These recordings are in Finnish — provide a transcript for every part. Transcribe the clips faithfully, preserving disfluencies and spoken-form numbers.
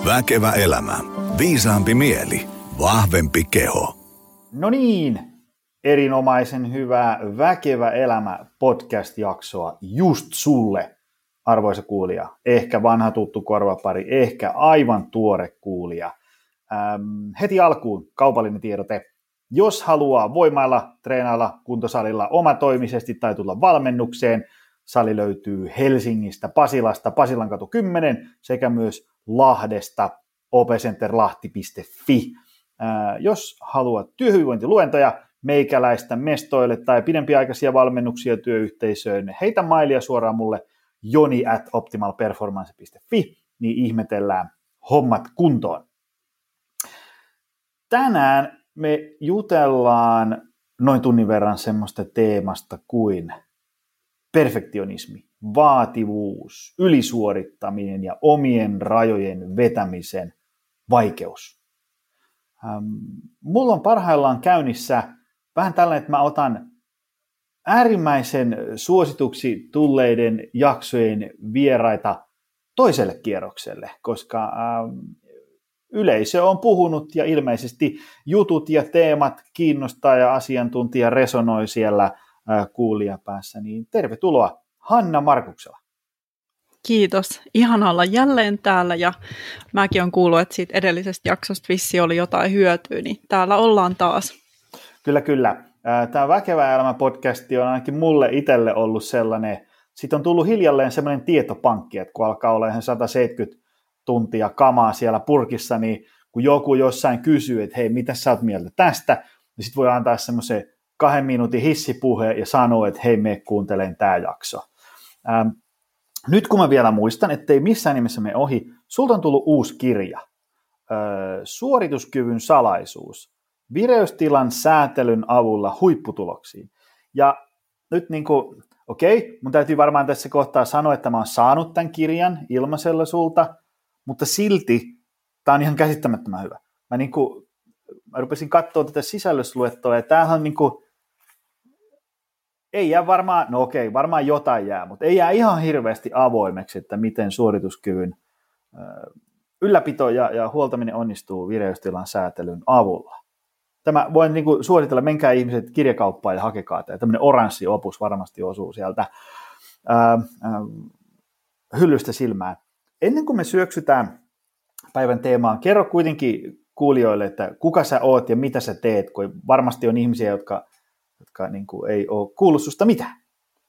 Väkevä elämä. Viisaampi mieli. Vahvempi keho. No niin, erinomaisen hyvää Väkevä elämä podcast-jaksoa just sulle, arvoisa kuulija. Ehkä vanha tuttu korvapari, ehkä aivan tuore kuulija. Ähm, heti alkuun kaupallinen tiedote. Jos haluaa voimailla, treenailla kuntosalilla omatoimisesti tai tulla valmennukseen, sali löytyy Helsingistä, Pasilasta, Pasilankatu kymmenen sekä myös Lahdesta, opecenterlahti piste fi. Ää, jos haluat työhyvinvointiluentoja, meikäläistä mestoille tai pidempiaikaisia valmennuksia työyhteisöön, heitä mailia suoraan mulle joni at optimalperformance piste fi, niin ihmetellään hommat kuntoon. Tänään me jutellaan noin tunnin verran semmoista teemasta kuin perfektionismi, vaativuus, ylisuorittaminen ja omien rajojen vetämisen vaikeus. Ähm, mulla on parhaillaan käynnissä vähän tällainen, että mä otan äärimmäisen suosituksi tulleiden jaksojen vieraita toiselle kierrokselle, koska ähm, yleisö on puhunut ja ilmeisesti jutut ja teemat kiinnostaa ja asiantuntija resonoi siellä kuulijapäässä, niin tervetuloa Hanna Markuksela. Kiitos. Ihana olla jälleen täällä ja mäkin olen kuullut, että siitä edellisestä jaksosta vissi oli jotain hyötyä, niin täällä ollaan taas. Kyllä, kyllä. Tämä Väkevä elämä -podcasti on ainakin mulle itselle ollut sellainen, siitä on tullut hiljalleen sellainen tietopankki, että kun alkaa olla ihan sata seitsemänkymmentä tuntia kamaa siellä purkissa, niin kun joku jossain kysyy, että hei, mitä sä oot mieltä tästä, niin sitten voi antaa semmoisen kahden minuutin hissipuhe ja sanoo, että hei, me kuuntelen tämä jakso. Ähm, nyt kun mä vielä muistan, ettei missään nimessä me ohi, sulta on tullut uusi kirja. Öö, Suorituskyvyn salaisuus. Vireystilan säätelyn avulla huipputuloksiin. Ja nyt niin kuin, okei, mun täytyy varmaan tässä kohtaa sanoa, että mä oon saanut tämän kirjan ilmaisella sulta, mutta silti tää on ihan käsittämättömän hyvä. Mä, niin kuin, mä rupesin katsoa tätä sisällysluettoa, ja tämähän on niin kuin, ei jää varmaan, no okei, varmaan jotain jää, mutta ei jää ihan hirveästi avoimeksi, että miten suorituskyvyn ylläpito ja, ja huoltaminen onnistuu vireystilan säätelyn avulla. Tämä voin niin kuin suositella, menkää ihmiset kirjakauppaan ja hakekaa tämä. Tämmöinen oranssi opus varmasti osuu sieltä ää, ää, hyllystä silmään. Ennen kuin me syöksytään päivän teemaan, kerro kuitenkin kuulijoille, että kuka sä oot ja mitä sä teet, kun varmasti on ihmisiä, jotka jotka niin kuin ei ole kuullut susta mitään.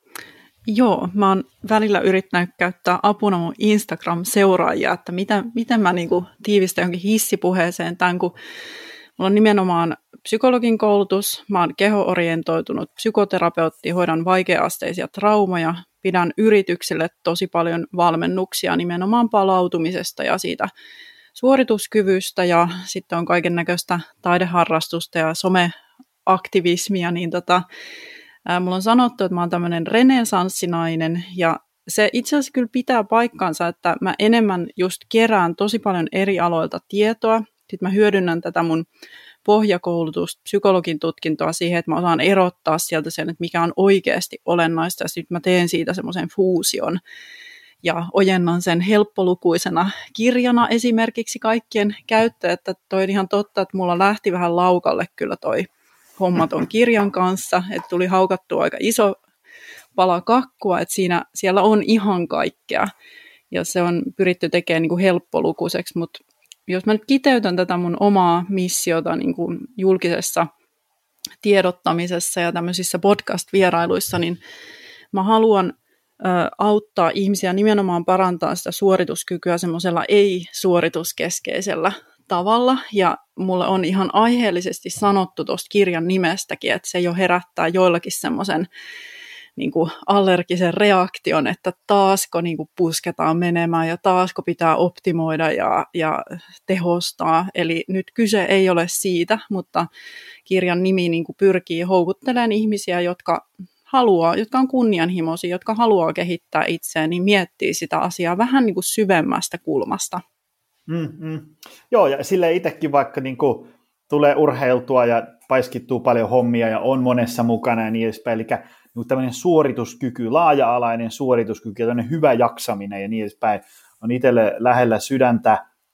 Joo, mä oon välillä yrittänyt käyttää apuna mun Instagram-seuraajia, että miten, miten mä niin kuin tiivistän jonkin hissipuheeseen tämän, kun mulla on nimenomaan psykologin koulutus, mä oon keho-orientoitunut psykoterapeutti, hoidan vaikea-asteisia traumoja, pidän yrityksille tosi paljon valmennuksia nimenomaan palautumisesta ja siitä suorituskyvystä, ja sitten on kaiken näköistä taideharrastusta ja some aktivismia, niin tota, ää, mulla on sanottu, että mä oon tämmöinen renesanssinainen, ja se itse asiassa kyllä pitää paikkansa, että mä enemmän just kerään tosi paljon eri aloilta tietoa, sitten mä hyödynnän tätä mun pohjakoulutusta, psykologin tutkintoa siihen, että mä osaan erottaa sieltä sen, että mikä on oikeasti olennaista, ja sitten mä teen siitä semmoisen fuusion, ja ojennan sen helppolukuisena kirjana esimerkiksi kaikkien käyttöön, että toi on ihan totta, että mulla lähti vähän laukalle kyllä toi hommaton kirjan kanssa, että tuli haukattua aika iso pala kakkua, että siinä, siellä on ihan kaikkea, ja se on pyritty tekemään niin kuin helppolukuiseksi, mutta jos mä nyt kiteytän tätä mun omaa missiota niin kuin julkisessa tiedottamisessa ja tämmöisissä podcast-vierailuissa, niin mä haluan ö, auttaa ihmisiä nimenomaan parantaa sitä suorituskykyä semmoisella ei-suorituskeskeisellä tavalla, ja mulle on ihan aiheellisesti sanottu tuosta kirjan nimestäkin, että se jo herättää joillakin semmoisen niin kuin allergisen reaktion, että taasko niin kuin pusketaan menemään ja taasko pitää optimoida ja, ja tehostaa. Eli nyt kyse ei ole siitä, mutta kirjan nimi niin kuin pyrkii houkuttelemaan ihmisiä, jotka haluaa, jotka on kunnianhimoisia, jotka haluaa kehittää itseään, niin miettii sitä asiaa vähän niin kuin syvemmästä kulmasta. Mm, mm. Joo, ja sille itsekin vaikka niin kuin tulee urheiltua ja paiskittuu paljon hommia ja on monessa mukana ja niin edespäin, eli niin tämmöinen suorituskyky, laaja-alainen suorituskyky ja tämmöinen hyvä jaksaminen ja niin edespäin on itselle lähellä sydäntä.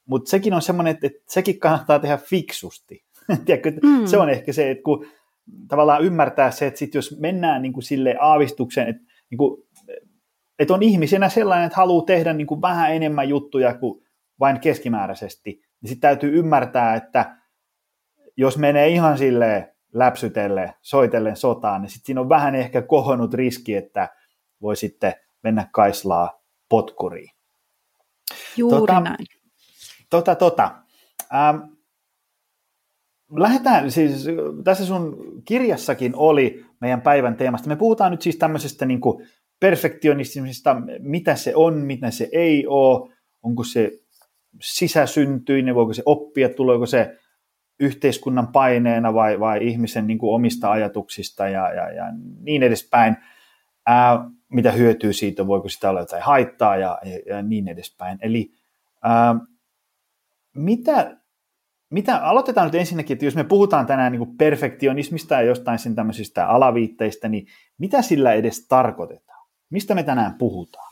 mutta sekin on semmoinen, että, että sekin kannattaa tehdä fiksusti. Tiedätkö, mm. Se on ehkä se, että kun tavallaan ymmärtää se, että sit jos mennään niin kuin sille aavistukseen, että, niin kuin, että on ihmisenä sellainen, että haluaa tehdä niin kuin vähän enemmän juttuja kuin vain keskimääräisesti, niin sitten täytyy ymmärtää, että jos menee ihan silleen läpsytellen, soitellen sotaan, niin sitten siinä on vähän ehkä kohonnut riski, että voi sitten mennä kaislaa potkuriin. Juuri tota, näin. Tota, tota. Ähm, lähdetään, siis tässä sun kirjassakin oli meidän päivän teemasta. Me puhutaan nyt siis tämmöisestä niin kuin perfektionismista, mitä se on, mitä se ei ole, onko se sisäsyntyinen, voiko se oppia, tuleeko se yhteiskunnan paineena vai, vai ihmisen niin kuin omista ajatuksista ja, ja, ja niin edespäin. Ää, mitä hyötyy siitä, voiko sitä olla jotain haittaa ja, ja, ja niin edespäin. Eli ää, mitä, mitä, aloitetaan nyt ensinnäkin, että jos me puhutaan tänään niin kuin perfektionismista ja jostain sen tämmöisistä alaviitteistä, niin mitä sillä edes tarkoitetaan? Mistä me tänään puhutaan?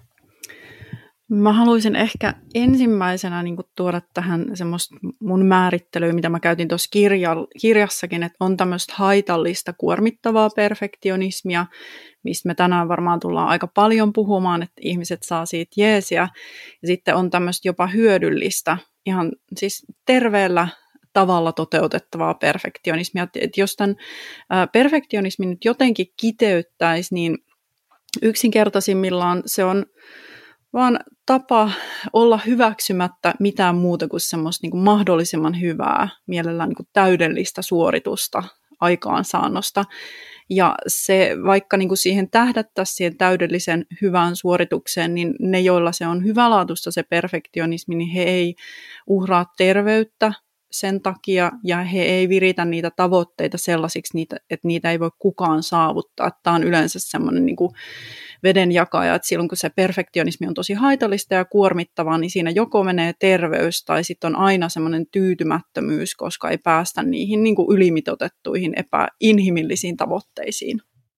Mä haluaisin ehkä ensimmäisenä niin kuin tuoda tähän semmoista mun määrittelyä, mitä mä käytin tuossa kirja, kirjassakin, että on tämmöistä haitallista kuormittavaa perfektionismia, mistä me tänään varmaan tullaan aika paljon puhumaan, että ihmiset saa siitä jeesiä. Ja sitten on tämmöistä jopa hyödyllistä, ihan siis terveellä tavalla toteutettavaa perfektionismia. Että jos tämän perfektionismin nyt jotenkin kiteyttäisi, niin yksinkertaisimmillaan se on vaan tapa olla hyväksymättä mitään muuta kuin semmoista niin kuin mahdollisimman hyvää, mielellään niin kuin täydellistä suoritusta aikaansaannosta. Ja se, vaikka niin kuin siihen tähdättäisiin siihen täydellisen hyvään suoritukseen, niin ne, joilla se on hyvälaatuista se perfektionismi, niin he ei uhraa terveyttä sen takia, ja he ei viritä niitä tavoitteita sellaisiksi, että niitä ei voi kukaan saavuttaa. Tämä on yleensä semmoinen niin kuin vedenjakaja, että silloin kun se perfektionismi on tosi haitallista ja kuormittavaa, niin siinä joko menee terveys tai sitten on aina semmoinen tyytymättömyys, koska ei päästä niihin niin kuin ylimitoitettuihin epäinhimillisiin tavoitteisiin.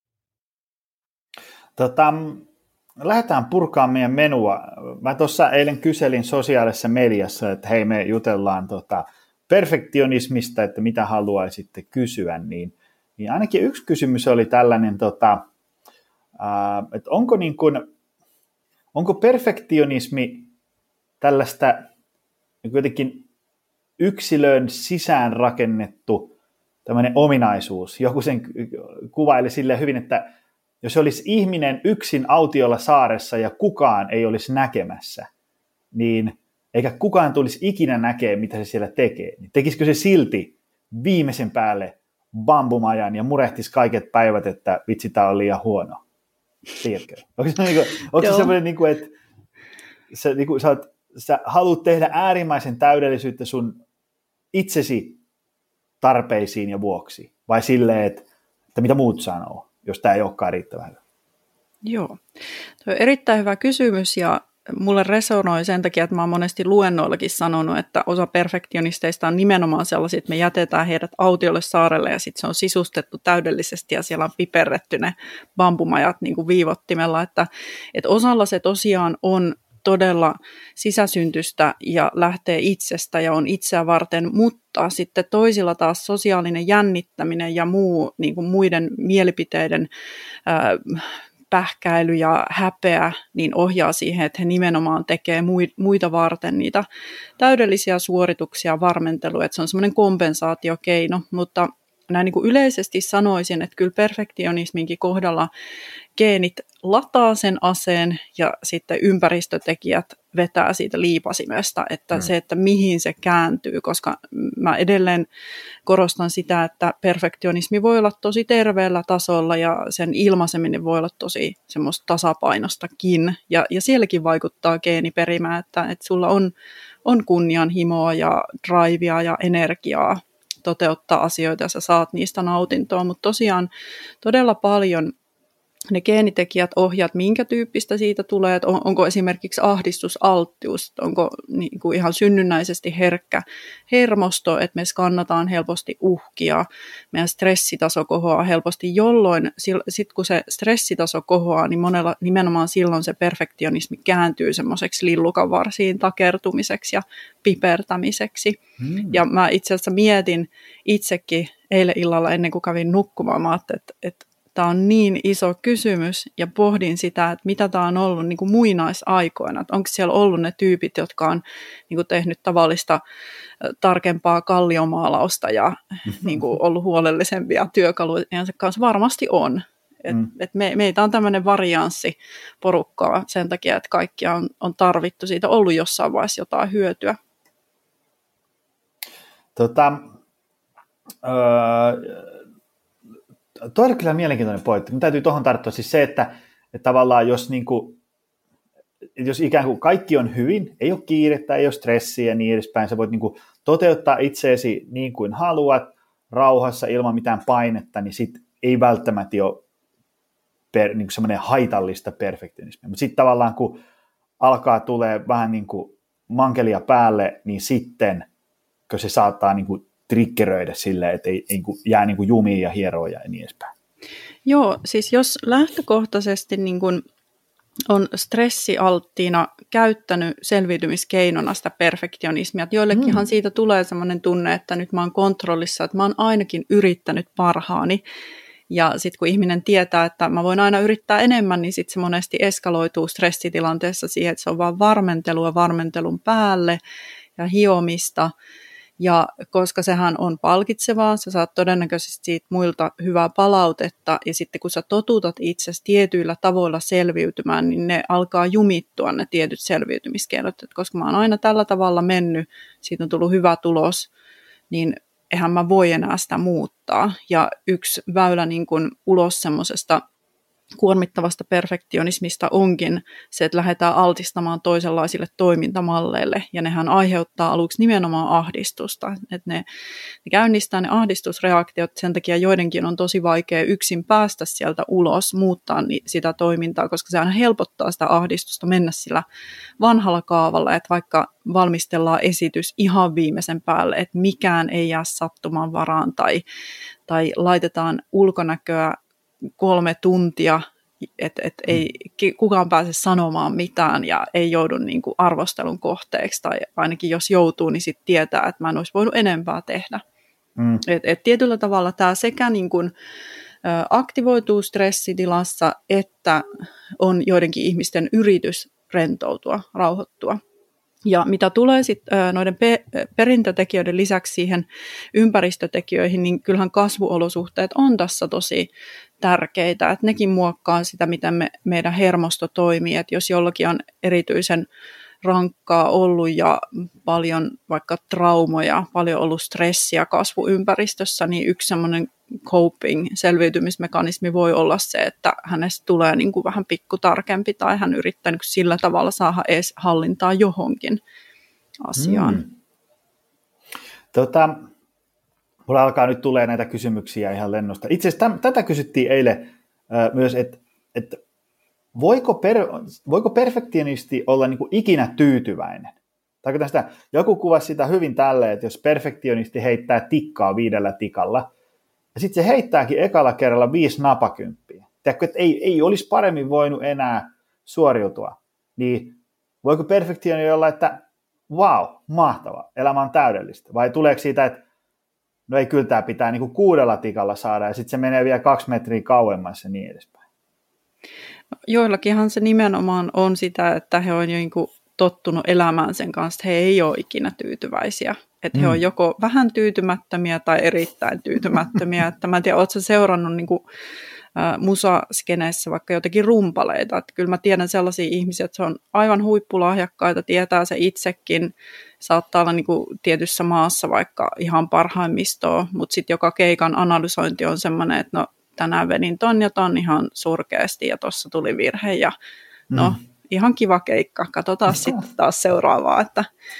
Tota, lähdetään purkaamaan meidän menua. Mä tuossa eilen kyselin sosiaalisessa mediassa, että hei, me jutellaan tota perfektionismista, että mitä haluaisitte kysyä, niin, niin ainakin yksi kysymys oli tällainen, tota, Uh, että onko, niin kuin, onko perfektionismi tällaista jotenkin yksilön sisään rakennettu tämmöinen ominaisuus? Joku sen kuvaili silleen hyvin, että jos olisi ihminen yksin autiolla saaressa ja kukaan ei olisi näkemässä, niin eikä kukaan tulisi ikinä näkemään, mitä se siellä tekee, niin tekisikö se silti viimeisen päälle bambumajan ja murehtisi kaiket päivät, että vitsi, tämä on liian huono? Tiedätkö? Onko se, niin kuin, onko se sellainen, niin kuin, että sä, niin kuin, sä, oot, sä haluat tehdä äärimmäisen täydellisyyttä sun itsesi tarpeisiin ja vuoksi? Vai silleen, että, että mitä muut sanoo, jos tämä ei olekaan riittävän hyvä? Joo, tuo on erittäin hyvä kysymys ja mulle resonoi sen takia, että mä oon monesti luennoillakin sanonut, että osa perfektionisteista on nimenomaan sellaisia, että me jätetään heidät autiolle saarelle ja sitten se on sisustettu täydellisesti ja siellä on piperretty ne bambumajat niin kuin viivottimella, että, että osalla se tosiaan on todella sisäsyntystä ja lähtee itsestä ja on itseä varten, mutta sitten toisilla taas sosiaalinen jännittäminen ja muu niin kuin muiden mielipiteiden ää, pähkäily ja häpeä niin ohjaa siihen, että he nimenomaan tekee muita varten niitä täydellisiä suorituksia, varmentelua, että se on semmoinen kompensaatiokeino, mutta näin niin kuin yleisesti sanoisin, että kyllä perfektionisminkin kohdalla geenit lataa sen aseen ja sitten ympäristötekijät vetää siitä liipasimesta, että mm. se, että mihin se kääntyy, koska mä edelleen korostan sitä, että perfektionismi voi olla tosi terveellä tasolla ja sen ilmaiseminen voi olla tosi semmoista tasapainostakin ja, ja sielläkin vaikuttaa geeniperimä, että, että sulla on, on kunnianhimoa ja drivea ja energiaa toteuttaa asioita ja sä saat niistä nautintoa, mutta tosiaan todella paljon ne geenitekijät ohjaat, minkä tyyppistä siitä tulee, että on, onko esimerkiksi ahdistusalttius, onko niin kuin ihan synnynnäisesti herkkä hermosto, että me skannataan helposti uhkia, meidän stressitaso kohoaa helposti, jolloin sitten kun se stressitaso kohoaa, niin monella, nimenomaan silloin se perfektionismi kääntyy semmoiseksi lillukanvarsiin takertumiseksi ja pipertämiseksi. Hmm. Ja mä itse asiassa mietin itsekin eilen illalla ennen kuin kävin nukkumaan, mä ajattelin, että, että tämä on niin iso kysymys ja pohdin sitä, että mitä tämä on ollut niin kuin muinaisaikoina. Että onko siellä ollut ne tyypit, jotka on niin kuin tehnyt tavallista tarkempaa kalliomaalausta ja niin kuin ollut huolellisempia työkaluja kanssa. Varmasti on. Et, mm. et me, meitä on tämmöinen varianssi porukkaa sen takia, että kaikkia on, on tarvittu. Siitä ollut jossain vaiheessa jotain hyötyä. Tota... Öö... Tuo on kyllä mielenkiintoinen pointti. Mun täytyy tuohon tarttua siis se, että, että tavallaan jos, niin kuin, jos ikään kuin kaikki on hyvin, ei ole kiirettä, ei ole stressiä ja niin edespäin, sä voit niin kuin toteuttaa itseesi niin kuin haluat, rauhassa, ilman mitään painetta, niin sit ei välttämättä ole per, niin kuin semmoinen haitallista perfektionismia. Mutta sitten tavallaan kun alkaa tulee vähän niin kuin mankelia päälle, niin sitten, kun se saattaa niin kuin triggeröidä silleen, että ei, ei jää niin kuin jumiin ja hieroja ja niin edespäin. Joo, siis jos lähtökohtaisesti niin kuin on stressialttiina käyttänyt selviytymiskeinona sitä perfektionismia, että joillekinhan mm. siitä tulee sellainen tunne, että nyt mä oon kontrollissa, että mä oon ainakin yrittänyt parhaani, ja sitten kun ihminen tietää, että mä voin aina yrittää enemmän, niin sitten se monesti eskaloituu stressitilanteessa siihen, että se on vaan varmentelua varmentelun päälle ja hiomista. Ja koska sehän on palkitsevaa, sä saat todennäköisesti siitä muilta hyvää palautetta, ja sitten kun sä totutat itsesi tietyillä tavoilla selviytymään, niin ne alkaa jumittua ne tietyt selviytymiskeinot. Et koska mä oon aina tällä tavalla mennyt, siitä on tullut hyvä tulos, niin eihän mä voi enää sitä muuttaa. Ja yksi väylä niin kun ulos semmosesta kuormittavasta perfektionismista onkin se, että lähdetään altistamaan toisenlaisille toimintamalleille, ja nehän aiheuttaa aluksi nimenomaan ahdistusta. Että ne, ne käynnistää ne ahdistusreaktiot, sen takia joidenkin on tosi vaikea yksin päästä sieltä ulos, muuttaa sitä toimintaa, koska se aina helpottaa sitä ahdistusta mennä sillä vanhalla kaavalla, että vaikka valmistellaan esitys ihan viimeisen päälle, että mikään ei jää sattuman varaan, tai, tai laitetaan ulkonäköä kolme tuntia, että et ei kukaan pääse sanomaan mitään ja ei joudu niin kuin arvostelun kohteeksi, tai ainakin jos joutuu, niin sitten tietää, että mä en olisi voinut enempää tehdä. Mm. Et, et tietyllä tavalla tämä sekä niin kuin, ä, aktivoituu stressitilassa, että on joidenkin ihmisten yritys rentoutua, rauhoittua. Ja mitä tulee sitten noiden pe- perintötekijöiden lisäksi siihen ympäristötekijöihin, niin kyllähän kasvuolosuhteet on tässä tosi tärkeitä, että nekin muokkaa sitä, miten me, meidän hermosto toimii, että jos jollakin on erityisen rankkaa ollut ja paljon vaikka traumoja, paljon ollut stressiä kasvuympäristössä, niin yksi semmoinen coping, selviytymismekanismi voi olla se, että hänestä tulee niin kuin vähän pikkutarkempi tai hän yrittää niin kuin sillä tavalla saada edes hallintaa johonkin asiaan. Hmm. Tota, mulla alkaa nyt tulee näitä kysymyksiä ihan lennosta. Itse asiassa täm, tätä kysyttiin eilen äh, myös, että et voiko, per, voiko perfektionisti olla niin kuin ikinä tyytyväinen? Tarkoitan sitä, joku kuvasi sitä hyvin tälleen, että jos perfektionisti heittää tikkaa viidellä tikalla, ja sitten se heittääkin ekalla kerralla viisi napakymppiä. Tiedätkö, että ei, ei olisi paremmin voinut enää suoriutua. Niin voiko perfektioni olla, että vau, wow, mahtava, elämä on täydellistä? Vai tuleeko siitä, että no ei, kyllä tämä pitää niin kuin kuudella tikalla saada, ja sitten se menee vielä kaksi metriä kauemmas ja niin edespäin? Joillakinhan se nimenomaan on sitä, että he on jo niin kuin tottunut elämään sen kanssa, että he ei ole ikinä tyytyväisiä. Että mm. he on joko vähän tyytymättömiä tai erittäin tyytymättömiä. Että mä en tiedä, ootko sä seurannut niin kuin, äh, musaskeneessä vaikka jotakin rumpaleita. Että kyllä mä tiedän sellaisia ihmisiä, että se on aivan huippulahjakkaita, tietää se itsekin. Saattaa olla niin kuin tietyssä maassa vaikka ihan parhaimmistoa, mutta sitten joka keikan analysointi on semmoinen, että no tänään vedin ton ja ton ihan surkeasti ja tuossa tuli virhe ja no mm. ihan kiva keikka, katsotaan sitten taas seuraavaa, että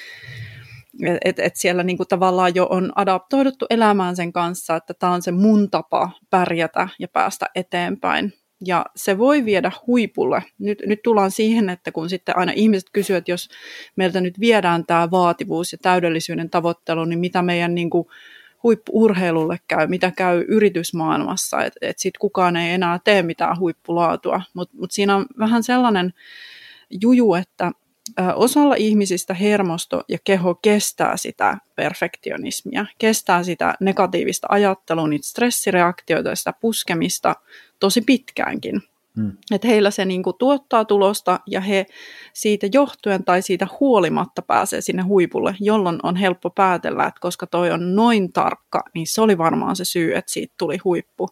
et, et siellä niinku tavallaan jo on adaptoiduttu elämään sen kanssa, että tämä on se mun tapa pärjätä ja päästä eteenpäin. ja se voi viedä huipulle. Nyt, nyt tullaan siihen, että kun sitten aina ihmiset kysyvät, että jos meiltä nyt viedään tämä vaativuus ja täydellisyyden tavoittelu, niin mitä meidän niin kuin huippu-urheilulle käy, mitä käy yritysmaailmassa, että et sitten kukaan ei enää tee mitään huippulaatua. Mutta mut siinä on vähän sellainen juju, että osalla ihmisistä hermosto ja keho kestää sitä perfektionismia, kestää sitä negatiivista ajattelua, niitä stressireaktioita, sitä puskemista tosi pitkäänkin. Hmm. Että heillä se niinku tuottaa tulosta ja he siitä johtuen tai siitä huolimatta pääsee sinne huipulle, jolloin on helppo päätellä, että koska toi on noin tarkka, niin se oli varmaan se syy, että siitä tuli huippu.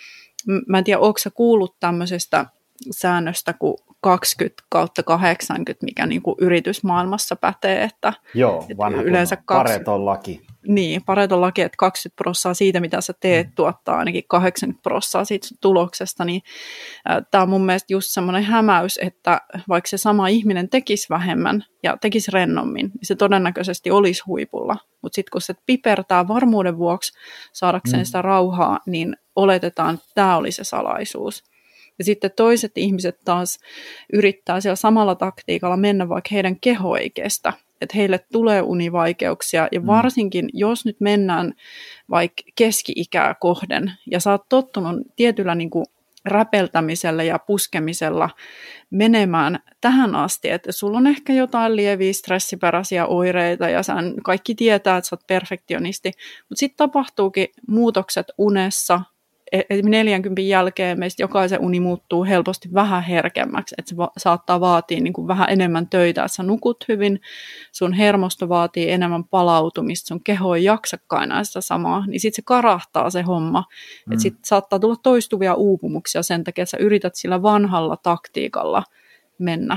Mä en tiedä, ootko sä kuullut tämmöisestä säännöstä kuin kaksikymmentä kautta kahdeksankymmentä, mikä niin kuin yritysmaailmassa pätee. Että Joo, vanha yleensä Pareton laki. Niin, Pareton laki, että kaksikymmentä prosenttia siitä, mitä sä teet, mm. tuottaa ainakin kahdeksankymmentä prosenttia siitä tuloksesta. Niin, äh, tämä on mun mielestä just semmoinen hämäys, että vaikka se sama ihminen tekisi vähemmän ja tekisi rennommin, niin se todennäköisesti olisi huipulla. Mutta sitten kun se pipertää varmuuden vuoksi saadakseen mm. sitä rauhaa, niin oletetaan, että tämä oli se salaisuus. Ja sitten toiset ihmiset taas yrittää siellä samalla taktiikalla mennä, vaikka heidän keho ei kestä. Että heille tulee univaikeuksia ja varsinkin, jos nyt mennään vaikka keski-ikää kohden ja sä oot tottunut tietyllä niin kuin räpeltämisellä ja puskemisella menemään tähän asti, että sulla on ehkä jotain lieviä stressiperäisiä oireita ja sä kaikki tietää, että sä oot perfektionisti, mutta sitten tapahtuukin muutokset unessa. neljänkymmenen jälkeen meistä jokaisen uni muuttuu helposti vähän herkemmäksi, että se va- saattaa vaatia niin kuin vähän enemmän töitä, että sä nukut hyvin, sun hermosto vaatii enemmän palautumista, sun keho ei jaksakaan enää sitä samaa, niin sitten se karahtaa se homma, mm. että sitten saattaa tulla toistuvia uupumuksia sen takia, että sä yrität sillä vanhalla taktiikalla mennä.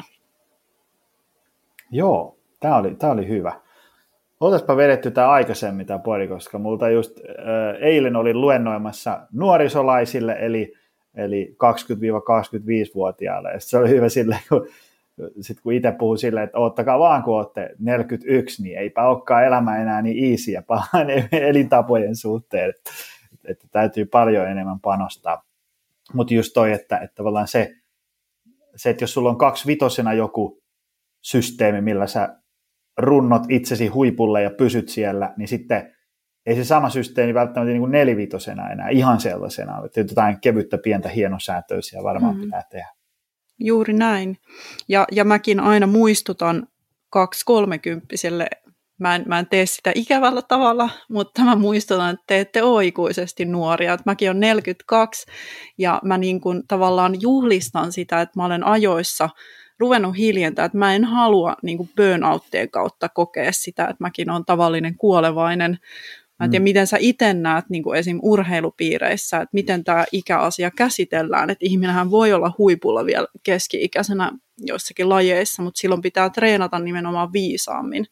Joo, tämä oli, tää oli hyvä. Oltaispa vedetty tämä aikaisemmin tämä pori, koska multa just äh, eilen olin luennoimassa nuorisolaisille, eli, eli kaksikymmentä-kaksikymmentäviisi-vuotiaille. Ja se oli hyvä silleen, kun, sit kun itse puhuu silleen, että ottakaa vaan, kun olette neljäkymmentäyksi, niin eipä olekaan elämä enää niin easyä pahan elintapojen suhteen, että, että täytyy paljon enemmän panostaa. Mutta just toi, että, että tavallaan se, se, että jos sulla on kaksivitosena joku systeemi, millä sä runnot itsesi huipulle ja pysyt siellä, niin sitten ei se sama systeemi välttämättä niin kuin nelivitosena enää ihan sellaisena, että jotain kevyttä pientä hienosäätöisiä varmaan mm-hmm. pitää tehdä. Juuri näin. Ja, ja mäkin aina muistutan kaksi-kolmekymppiselle, mä en, mä en tee sitä ikävällä tavalla, mutta mä muistutan, että te ette ole ikuisesti nuoria. Että mäkin olen neljäkymmentäkaksi ja mä niin kuin tavallaan juhlistan sitä, että mä olen ajoissa ruvennut hiljentää, että mä en halua niin kuin burnouttien kautta kokea sitä, että mäkin olen tavallinen kuolevainen. Mä en tiedä, mm. miten sä itse näet niin kuin esim. Urheilupiireissä, että miten tämä ikäasia käsitellään, että ihminenhän voi olla huipulla vielä keski-ikäisenä joissakin lajeissa, mutta silloin pitää treenata nimenomaan viisaammin.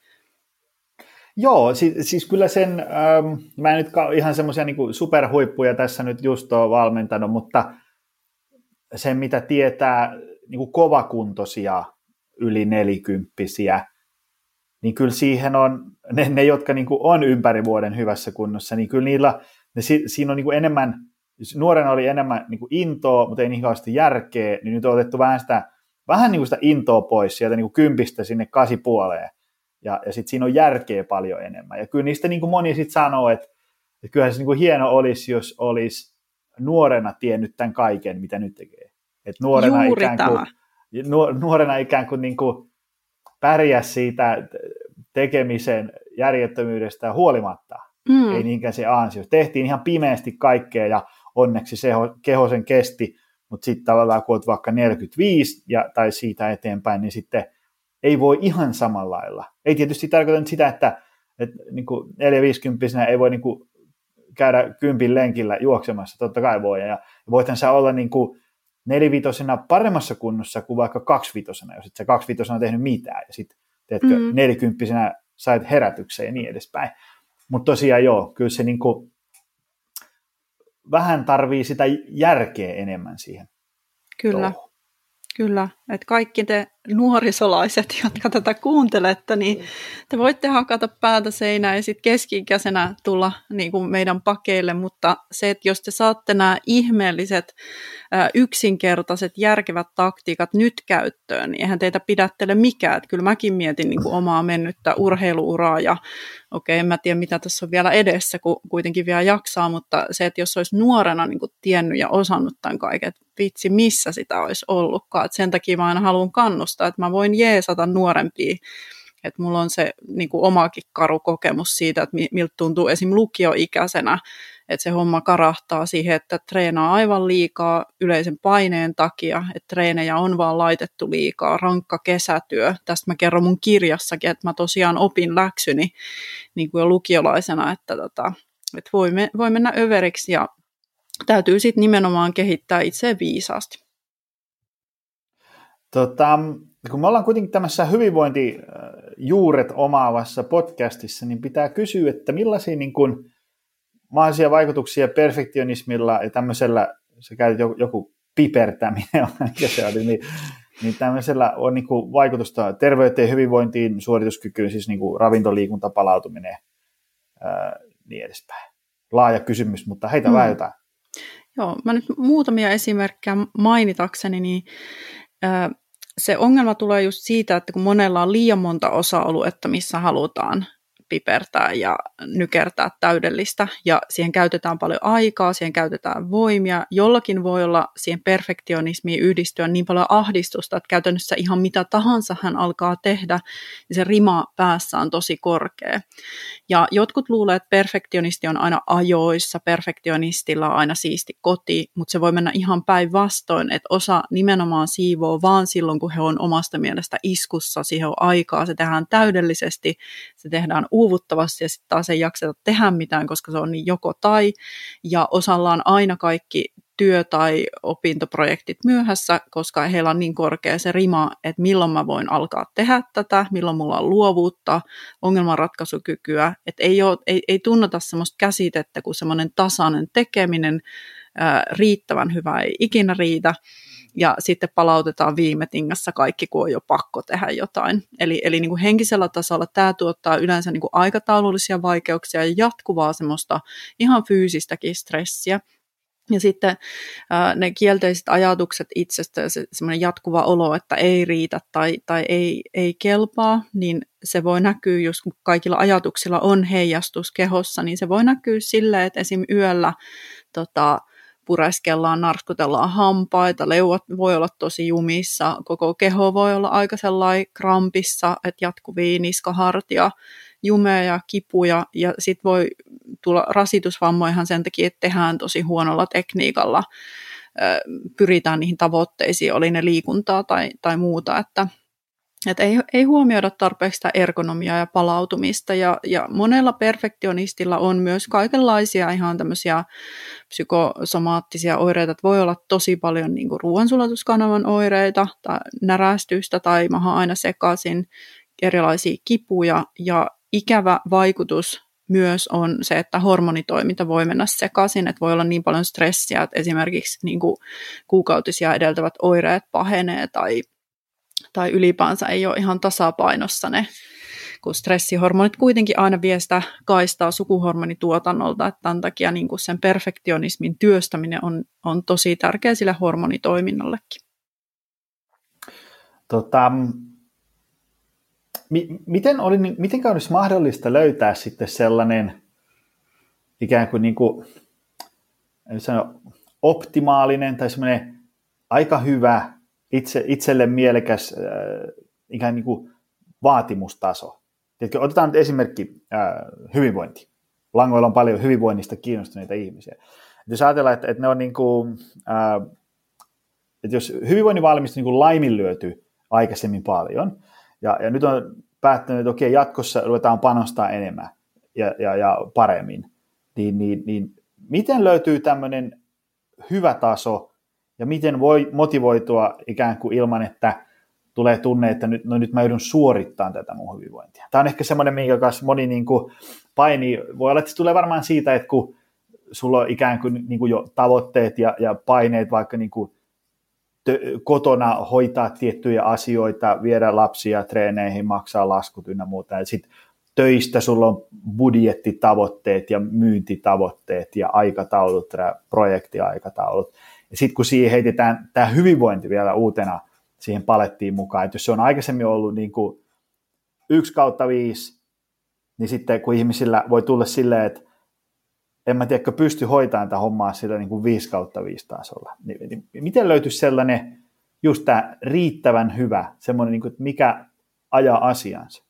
Joo, siis, siis kyllä sen, ähm, mä en nyt ihan semmoisia niin kuin superhuippuja tässä nyt just ole valmentanut, mutta sen mitä tietää niin kuin kovakuntoisia yli nelikymppisiä, niin kyllä siihen on, ne, ne jotka niin kuin on ympäri vuoden hyvässä kunnossa, niin kyllä niillä, ne, siinä on niin kuin enemmän, nuorena oli enemmän niin kuin intoa, mutta ei niin kauheasti järkeä, niin nyt on otettu vähän sitä, vähän niin kuin sitä intoa pois sieltä niin kuin kympistä sinne kasipuoleen, ja, ja sitten siinä on järkeä paljon enemmän. Ja kyllä niistä niin kuin moni sitten sanoo, että, että kyllähän se niin kuin hieno olisi, jos olisi nuorena tiennyt tämän kaiken, mitä nyt tekee. Että nuorena Juuri ikään kuin, nuorena ikään kuin, niin kuin pärjäsi siitä tekemisen järjettömyydestä huolimatta. Mm. Ei niinkään se ansio. Tehtiin ihan pimeästi kaikkea ja onneksi se keho sen kesti, mutta sitten tavallaan kun olet vaikka neljäkymmentäviisi ja, tai siitä eteenpäin, niin sitten ei voi ihan samalla lailla. Ei tietysti tarkoita sitä, että, että niin kuin neljäviisikymppisenä ei voi niin kuin käydä kympin lenkillä juoksemassa, totta kai voi. Ja voithan sä olla niin kuin nelivitosena paremmassa kunnossa kuin vaikka kaksivitosena, jos et sä kaksivitosena tehnyt mitään, ja sitten teetkö mm. nelikymppisenä sait herätykseen ja niin edespäin. Mutta tosiaan joo, kyllä se niinku vähän tarvii sitä järkeä enemmän siihen. Kyllä, touhuun. Kyllä. Että kaikki te nuorisolaiset, jotka tätä kuuntelette, niin te voitte hakata päätä seinään ja sitten keski-ikäisenä tulla niin kuin meidän pakeille, mutta se, että jos te saatte nämä ihmeelliset, yksinkertaiset, järkevät taktiikat nyt käyttöön, niin eihän teitä pidättele mikään. Että kyllä mäkin mietin niin kuin omaa mennyttä urheiluuraa ja okei, en mä tiedä mitä tässä on vielä edessä, kun kuitenkin vielä jaksaa, mutta se, että jos olisi nuorena niin kuin tiennyt ja osannut tämän kaiken, että vitsi, missä sitä olisi ollutkaan. Että sen takia mä aina haluan kannustaa, että mä voin jeesata nuorempia. Että mulla on se niin kuin omakin karu kokemus siitä, että miltä tuntuu esim. Lukioikäisenä, että se homma karahtaa siihen, että treenaa aivan liikaa yleisen paineen takia, että treenejä on vaan laitettu liikaa, rankka kesätyö. Tästä mä kerron mun kirjassakin, että mä tosiaan opin läksyni niin kuin jo lukiolaisena, että, tota, että voi, me, voi mennä överiksi ja täytyy sitten nimenomaan kehittää itseään viisaasti. Tota, kun me ollaan kuitenkin tämmöisessä hyvinvointijuuret omaavassa podcastissa, niin pitää kysyä, että millaisia niin kuin mahdollisia vaikutuksia perfektionismilla ja tämmöisellä, sä käytit joku, joku pipertäminen, mikä se oli, niin, niin tämmöisellä on niin kuin vaikutusta terveyteen, hyvinvointiin, suorituskykyyn, siis niin kuin ravinto, liikunta, palautuminen, ää, niin edespäin. Laaja kysymys, mutta heitä mm. vähän jotain. Joo, mä nyt muutamia esimerkkejä mainitakseni, niin ää, se ongelma tulee just siitä, että kun monella on liian monta osa-aluetta, missä halutaan pipertää ja nykertää täydellistä, ja siihen käytetään paljon aikaa, siihen käytetään voimia, jollakin voi olla siihen perfektionismiin yhdistyä niin paljon ahdistusta, että käytännössä ihan mitä tahansa hän alkaa tehdä, niin se rima päässä on tosi korkea. Ja jotkut luulee, että perfektionisti on aina ajoissa, perfektionistilla on aina siisti koti, mutta se voi mennä ihan päinvastoin, että osa nimenomaan siivoo vaan silloin, kun he on omasta mielestä iskussa, siihen on aikaa, se tehdään täydellisesti, se tehdään uuvuttavasti ja sitten taas ei jakseta tehdä mitään, koska se on niin joko tai, ja osalla on aina kaikki työ- tai opintoprojektit myöhässä, koska heillä on niin korkea se rima, että milloin mä voin alkaa tehdä tätä, milloin mulla on luovuutta, ongelmanratkaisukykyä, että ei, ole, ei, ei tunneta semmoista käsitettä kuin semmoinen tasainen tekeminen, ää, riittävän hyvä ei ikinä riitä, ja sitten palautetaan viime tingassa kaikki, kun on jo pakko tehdä jotain. Eli, eli niin kuin henkisellä tasolla tämä tuottaa yleensä niin kuin aikataulullisia vaikeuksia ja jatkuvaa semmoista ihan fyysistäkin stressiä. Ja sitten ää, ne kielteiset ajatukset itsestä ja se semmoinen jatkuva olo, että ei riitä tai, tai ei, ei kelpaa, niin se voi näkyä, jos kaikilla ajatuksilla on heijastus kehossa, niin se voi näkyä silleen, että esim. Yöllä tota, pureskellaan, narskutellaan hampaita, leuat voi olla tosi jumissa, koko keho voi olla aika sellainen krampissa, että jatkuvia niskahartia, jumeja, kipuja, ja sitten voi tulla rasitusvammoihan sen takia, että tehdään tosi huonolla tekniikalla, pyritään niihin tavoitteisiin, oli ne liikuntaa tai, tai muuta, että Että ei, ei huomioida tarpeeksi sitä ergonomiaa ja palautumista, ja, ja monella perfektionistilla on myös kaikenlaisia ihan tämmöisiä psykosomaattisia oireita, että voi olla tosi paljon niin kuin ruoansulatuskanavan oireita, tai närästystä, tai maha aina sekaisin, erilaisia kipuja, ja ikävä vaikutus myös on se, että hormonitoiminta voi mennä sekaisin, että voi olla niin paljon stressiä, että esimerkiksi niin kuin kuukautisia edeltävät oireet pahenee, tai tai ylipäänsä ei ole ihan tasapainossa ne, kun stressihormonit kuitenkin aina vie sitä kaistaa sukuhormonituotannolta, että tämän takia niin kuin sen perfektionismin työstäminen on, on tosi tärkeä sille hormonitoiminnallekin. Tota, mi- miten, oli, miten olisi mahdollista löytää sitten sellainen ikään kuin, niin kuin sano, optimaalinen tai semmoinen aika hyvä, Itse, itselle mielekäs äh, ikään niin kuin vaatimustaso. Tiedätkö, otetaan nyt esimerkki äh, hyvinvointi. Langoilla on paljon hyvinvoinnista kiinnostuneita ihmisiä. Et jos ajatellaan, että, että ne on niin kuin, äh, että jos hyvinvoinnin valmista niin kuin laiminlyöty aikaisemmin paljon, ja, ja nyt on päättänyt, että okei, jatkossa ruvetaan panostaa enemmän ja, ja, ja paremmin, niin, niin, niin miten löytyy tämmöinen hyvä taso, ja miten voi motivoitua ikään kuin ilman, että tulee tunne, että nyt, no nyt mä joudun suorittamaan tätä mun hyvinvointia. Tämä on ehkä semmoinen, minkä kanssa moni niin kuin painii. Voi olla, että se tulee varmaan siitä, että kun sulla on ikään kuin, niin kuin jo tavoitteet ja, ja paineet vaikka niin kuin tö- kotona hoitaa tiettyjä asioita, viedä lapsia treeneihin, maksaa laskut ynnä muuta. Ja sitten töistä sulla on budjettitavoitteet ja myyntitavoitteet ja aikataulut, projektiaikataulut. Ja sitten kun siihen heitetään tämä hyvinvointi vielä uutena siihen palettiin mukaan, että jos se on aikaisemmin ollut niin kuin yksi kautta viisi, niin sitten kun ihmisillä voi tulla silleen, että en mä tiedä, pysty hoitamaan tätä hommaa sillä niin kuin viisi kautta viisi tasolla. Niin, niin miten löytyisi sellainen just tämä riittävän hyvä, semmoinen, niin kuin, että mikä ajaa asiansa?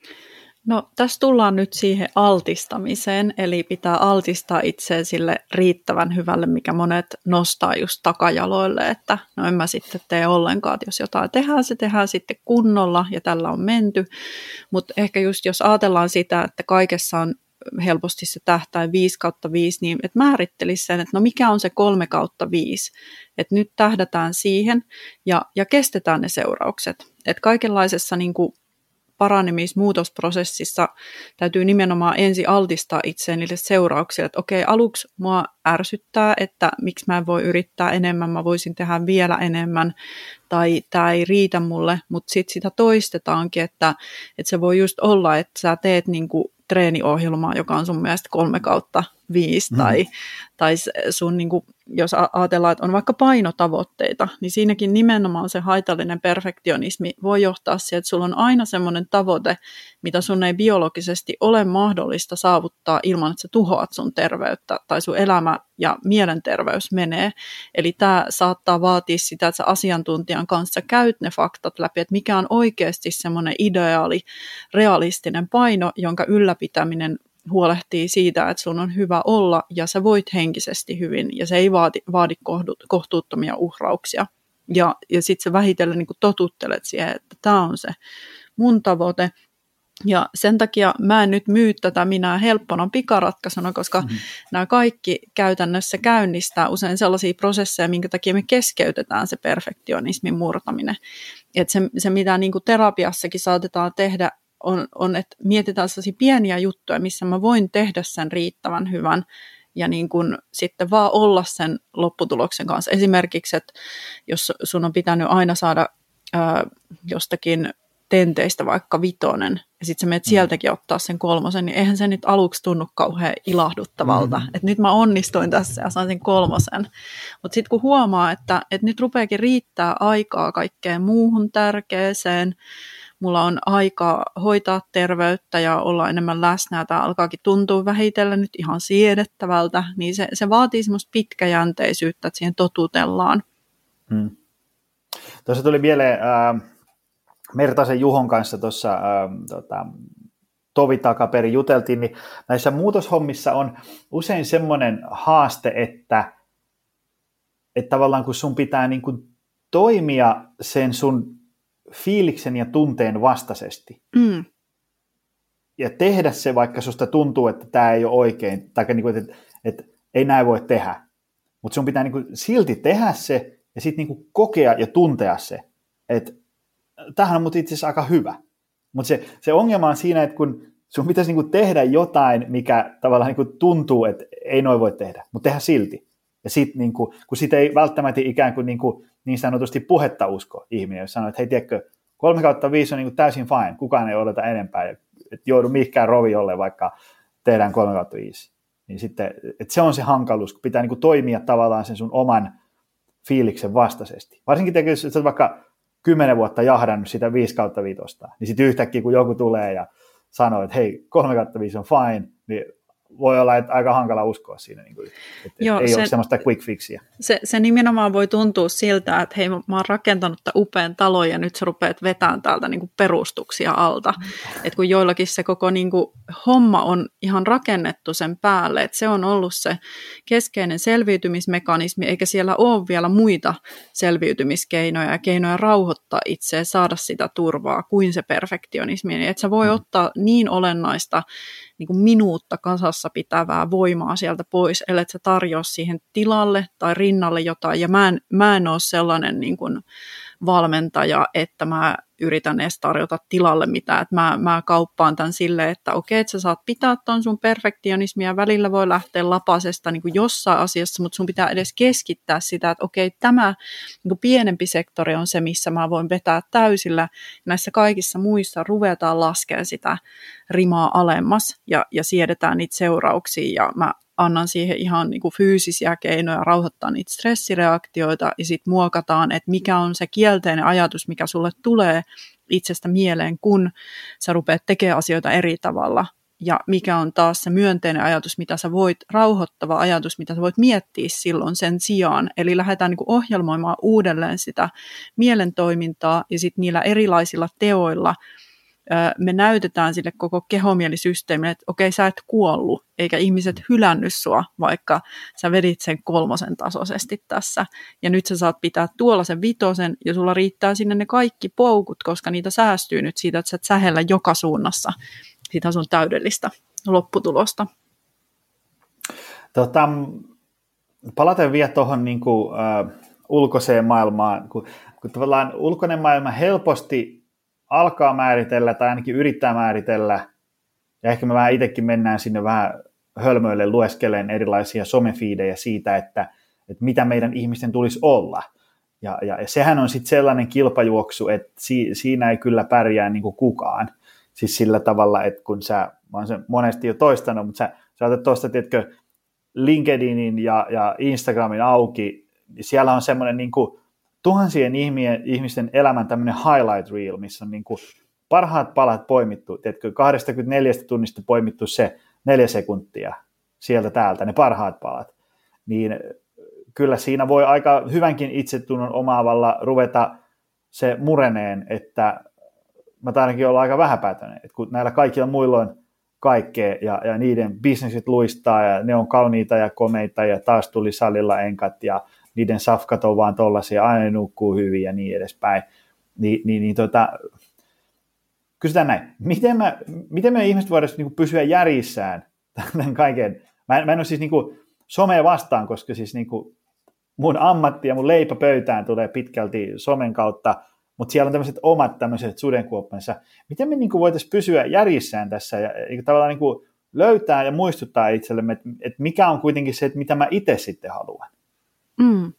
No tässä tullaan nyt siihen altistamiseen, eli pitää altistaa itseään sille riittävän hyvälle, mikä monet nostaa just takajaloille, että no en mä sitten tee ollenkaan, että jos jotain tehdään, se tehdään sitten kunnolla ja tällä on menty, mutta ehkä just jos ajatellaan sitä, että kaikessa on helposti se tähtäin viisi kautta viisi, niin että määrittelisi sen, että no mikä on se kolme kautta viisi, että nyt tähdätään siihen ja, ja kestetään ne seuraukset, että kaikenlaisessa niin kuin paranemismuutosprosessissa täytyy nimenomaan ensin altistaa itseään niille seurauksille, että okei, aluksi mua ärsyttää, että miksi mä en voi yrittää enemmän, mä voisin tehdä vielä enemmän, tai tämä ei riitä mulle, mutta sitten sitä toistetaankin, että, että se voi just olla, että sä teet niinku treeniohjelmaa, joka on sun mielestä kolme kautta viisi, mm. tai, tai sun, niin kuin, jos ajatellaan, että on vaikka painotavoitteita, niin siinäkin nimenomaan se haitallinen perfektionismi voi johtaa siihen, että sulla on aina semmoinen tavoite, mitä sun ei biologisesti ole mahdollista saavuttaa ilman, että sä tuhoat sun terveyttä, tai sun elämä ja mielenterveys menee. Eli tämä saattaa vaatia sitä, että sä asiantuntijan kanssa käyt ne faktat läpi, että mikä on oikeasti semmoinen ideaali, realistinen paino, jonka ylläpitäminen huolehtii siitä, että sun on hyvä olla ja sä voit henkisesti hyvin ja se ei vaadi, vaadi kohtuuttomia uhrauksia. Ja, ja sitten sä vähitellen niin kuin totuttelet siihen, että tämä on se mun tavoite. Ja sen takia mä en nyt myy tätä minä helppona pikaratkaisuna, koska mm-hmm. nämä kaikki käytännössä käynnistää usein sellaisia prosesseja, minkä takia me keskeytetään se perfektionismin murtaminen. Että se, se mitä niin kuin terapiassakin saatetaan tehdä, On, on, että mietitään sellaisia pieniä juttuja, missä mä voin tehdä sen riittävän hyvän ja niin kun sitten vaan olla sen lopputuloksen kanssa. Esimerkiksi, että jos sun on pitänyt aina saada ää, jostakin tenteistä vaikka vitonen ja sitten sä menet sieltäkin ottaa sen kolmosen, niin eihän se nyt aluksi tunnu kauhean ilahduttavalta. Mm-hmm. Että nyt mä onnistuin tässä ja sain sen kolmosen. Mutta sitten kun huomaa, että, että nyt rupeakin riittää aikaa kaikkeen muuhun tärkeeseen, mulla on aikaa hoitaa terveyttä ja olla enemmän läsnä, ja tämä alkaakin tuntua vähitellen nyt ihan siedettävältä, niin se, se vaatii semmoista pitkäjänteisyyttä, että siihen totutellaan. Hmm. Tuossa tuli mieleen äh, Mertasen Juhon kanssa tuossa äh, tota, tovi takaperin juteltiin, niin näissä muutoshommissa on usein semmoinen haaste, että, että tavallaan kun sun pitää niin kuin toimia sen sun fiiliksen ja tunteen vastaisesti. Mm. Ja tehdä se, vaikka susta tuntuu, että tämä ei ole oikein, tai niin kuin, että, että ei näin voi tehdä. Mutta sun pitää niin kuin silti tehdä se, ja sitten niin kuin kokea ja tuntea se, että tämähän on mut itse asiassa aika hyvä. Mutta se, se ongelma on siinä, että kun sun pitäisi niin kuin tehdä jotain, mikä tavallaan niin kuin tuntuu, että ei noin voi tehdä, mutta tehdä silti. Ja sitten niin kuin, kun sitä ei välttämättä ikään kuin, niin kuin niin sanotusti puhetta usko ihminen, jos sanoo, että hei tiedätkö, kolme kautta viisi on niin kuin täysin fine, kukaan ei odota enempää, että joudu mihinkään roviolle, vaikka tehdään kolme kautta viisi. Niin sitten, että se on se hankaluus, kun pitää niin kuin toimia tavallaan sen sun oman fiiliksen vastaisesti. Varsinkin jos olet vaikka kymmenen vuotta jahdannut sitä viisi kautta viitosta, niin sitten yhtäkkiä kun joku tulee ja sanoo, että hei, kolme kautta viisi on fine, niin voi olla että aika hankala uskoa siinä, niin kuin, että Joo, ei se, ole semmoista quick fixia. Se, se nimenomaan voi tuntua siltä, että hei, mä oon rakentanut tämän upean talon ja nyt sä rupeat vetämään täältä niin kuin perustuksia alta. Että kun joillakin se koko niin kuin, homma on ihan rakennettu sen päälle, että se on ollut se keskeinen selviytymismekanismi, eikä siellä ole vielä muita selviytymiskeinoja ja keinoja rauhoittaa itseä, saada sitä turvaa kuin se perfektionismi. Että sä voi mm. ottaa niin olennaista niin kuin minuutta kasassa pitävää voimaa sieltä pois, ellei sä tarjoa siihen tilalle tai rinnalle jotain. Ja mä en, mä en ole sellainen niin kuin valmentaja, että mä yritän edes tarjota tilalle mitään. Et mä, mä kauppaan tämän silleen, että okei, että sä saat pitää ton sun perfektionismia, välillä voi lähteä lapasesta niin kuin jossain asiassa, mutta sun pitää edes keskittää sitä, että okei, tämä niin kuin pienempi sektori on se, missä mä voin vetää täysillä. Näissä kaikissa muissa ruvetaan laskemaan sitä rimaa alemmas ja, ja siedetään niitä seurauksia ja mä annan siihen ihan niin kuin fyysisiä keinoja rauhoittaa niitä stressireaktioita ja sitten muokataan, että mikä on se kielteinen ajatus, mikä sulle tulee itsestä mieleen, kun sä rupeat tekemään asioita eri tavalla. Ja mikä on taas se myönteinen ajatus, mitä sä voit, rauhoittava ajatus, mitä sä voit miettiä silloin sen sijaan. Eli lähdetään niin kuin ohjelmoimaan uudelleen sitä mielentoimintaa ja sitten niillä erilaisilla teoilla me näytetään sille koko kehomielisysteemille, että okei, sä et kuollut, eikä ihmiset hylännyt sua, vaikka sä vedit sen kolmosen tasoisesti tässä. Ja nyt sä saat pitää tuolla sen vitosen, ja sulla riittää sinne ne kaikki poukut, koska niitä säästyy nyt siitä, että sä et sähellä joka suunnassa sitä sun täydellistä lopputulosta. Tota, palaten vielä tuohon niin kuin, uh, ulkoiseen maailmaan, kun, kun tavallaan ulkoinen maailma helposti alkaa määritellä tai ainakin yrittää määritellä, ja ehkä me vähän itsekin mennään sinne vähän hölmöille lueskeleen erilaisia somefiidejä siitä, että, että mitä meidän ihmisten tulisi olla. Ja, ja, ja sehän on sitten sellainen kilpajuoksu, että si, siinä ei kyllä pärjää niin kuin kukaan. Siis sillä tavalla, että kun sä, mä oon sen monesti jo toistanut, mutta sä, sä otat tuosta, tiedätkö, LinkedInin ja, ja Instagramin auki, niin siellä on semmoinen niin kuin tuhansien ihmisten elämän tämmöinen highlight reel, missä on niin kuin parhaat palat poimittu, tiedätkö, kaksikymmentäneljä tunnista poimittu se neljä sekuntia sieltä täältä, ne parhaat palat, niin kyllä siinä voi aika hyvänkin itsetunnon omaavalla ruveta se mureneen, että mä ainakin olla aika vähäpätöinen, että kun näillä kaikilla muilla on kaikkea ja, ja niiden bisnesit luistaa ja ne on kauniita ja komeita ja taas tuli salilla enkat ja niiden safkat on vaan tollaisia, aina nukkuu hyvin ja niin edespäin, Ni, niin, niin tota, kysytään näin, miten, mä, miten me ihmiset voidaan niin kuin pysyä järjissään tämän kaiken? Mä en, mä en ole siis niin kuin somea vastaan, koska siis niin kuin mun ammatti ja mun leipä pöytään tulee pitkälti somen kautta, mutta siellä on tämmöiset omat tämmöiset sudenkuoppansa. Miten me niin kuin voitaisiin pysyä järjissään tässä ja, ja tavallaan niin kuin löytää ja muistuttaa itsellemme, että, että mikä on kuitenkin se, että mitä mä itse sitten haluan? Mm.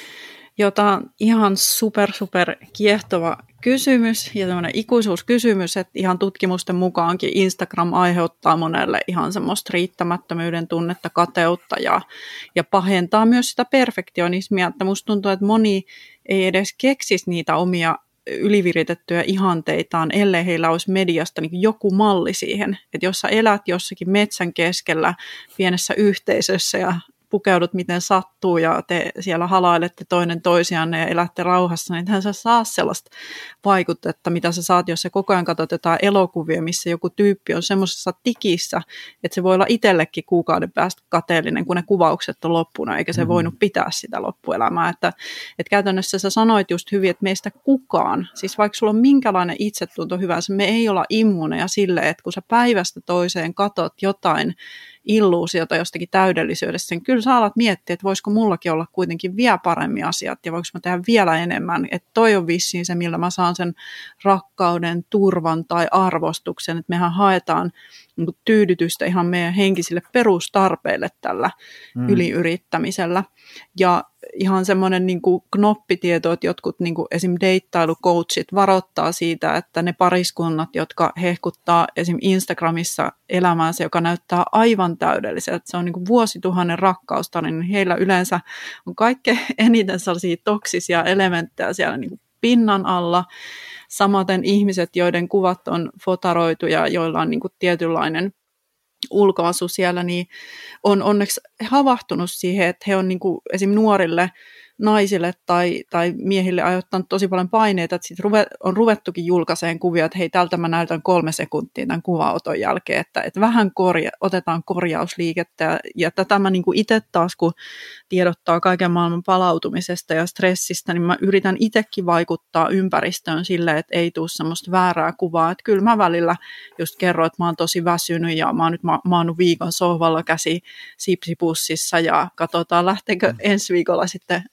Jota on ihan super, super kiehtova kysymys ja tämmöinen ikuisuuskysymys, että ihan tutkimusten mukaankin Instagram aiheuttaa monelle ihan semmoista riittämättömyyden tunnetta, kateutta ja, ja pahentaa myös sitä perfektionismia, että musta tuntuu, että moni ei edes keksisi niitä omia yliviritettyjä ihanteitaan, ellei heillä olisi mediasta niin joku malli siihen, että jos sä elät jossakin metsän keskellä pienessä yhteisössä ja pukeudut miten sattuu ja te siellä halailette toinen toisianne ja elätte rauhassa, niin ethän sä saa sellaista vaikutetta, mitä sä saat, jos sä koko ajan katsot jotain elokuvia, missä joku tyyppi on semmoisessa tikissä, että se voi olla itsellekin kuukauden päästä kateellinen, kun ne kuvaukset on loppuna, eikä se mm-hmm. voinut pitää sitä loppuelämää. Että, että käytännössä sä sanoit just hyvin, että meistä kukaan, siis vaikka sulla on minkälainen itsetunto hyvänsä, me ei olla immuuneja sille, että kun sä päivästä toiseen katot jotain illuusiota jostakin täydellisyydestä, niin kyllä sä alat miettiä, että voisiko mullakin olla kuitenkin vielä paremmin asiat ja voiko mä tehdä vielä enemmän, että toi on vissiin se, millä mä saan sen rakkauden, turvan tai arvostuksen, että mehän haetaan niin kuin tyydytystä ihan meidän henkisille perustarpeille tällä mm. yliyrittämisellä. Ja ihan semmoinen niin kuin knoppitieto, että jotkut niin kuin esim. Deittailucoachit varoittaa siitä, että ne pariskunnat, jotka hehkuttaa esim. Instagramissa elämäänsä, joka näyttää aivan täydelliseltä, se on niin kuin vuosituhannen rakkaustarina, niin heillä yleensä on kaikkein eniten sellaisia toksisia elementtejä siellä niin kuin pinnan alla. Samaten ihmiset, joiden kuvat on fotaroitu ja joilla on niin kuin tietynlainen ulkoasu siellä, niin on onneksi havahtunut siihen, että he on niin kuin esim. Nuorille naisille tai, tai miehille aiheuttanut tosi paljon paineita, että sitten ruve, on ruvettukin julkaiseen kuvia, että hei, tältä mä näytän kolme sekuntia tämän kuvaoton jälkeen, että, että vähän korja, otetaan korjausliikettä, ja, ja tätä mä niin kuin itse taas, kun tiedottaa kaiken maailman palautumisesta ja stressistä, niin mä yritän itsekin vaikuttaa ympäristöön silleen, että ei tule semmoista väärää kuvaa, että kyllä mä välillä just kerron, että mä oon tosi väsynyt ja mä oon nyt ma- maannut viikon sohvalla käsi sipsipussissa ja katsotaan lähteekö ensi viikolla sitten vähän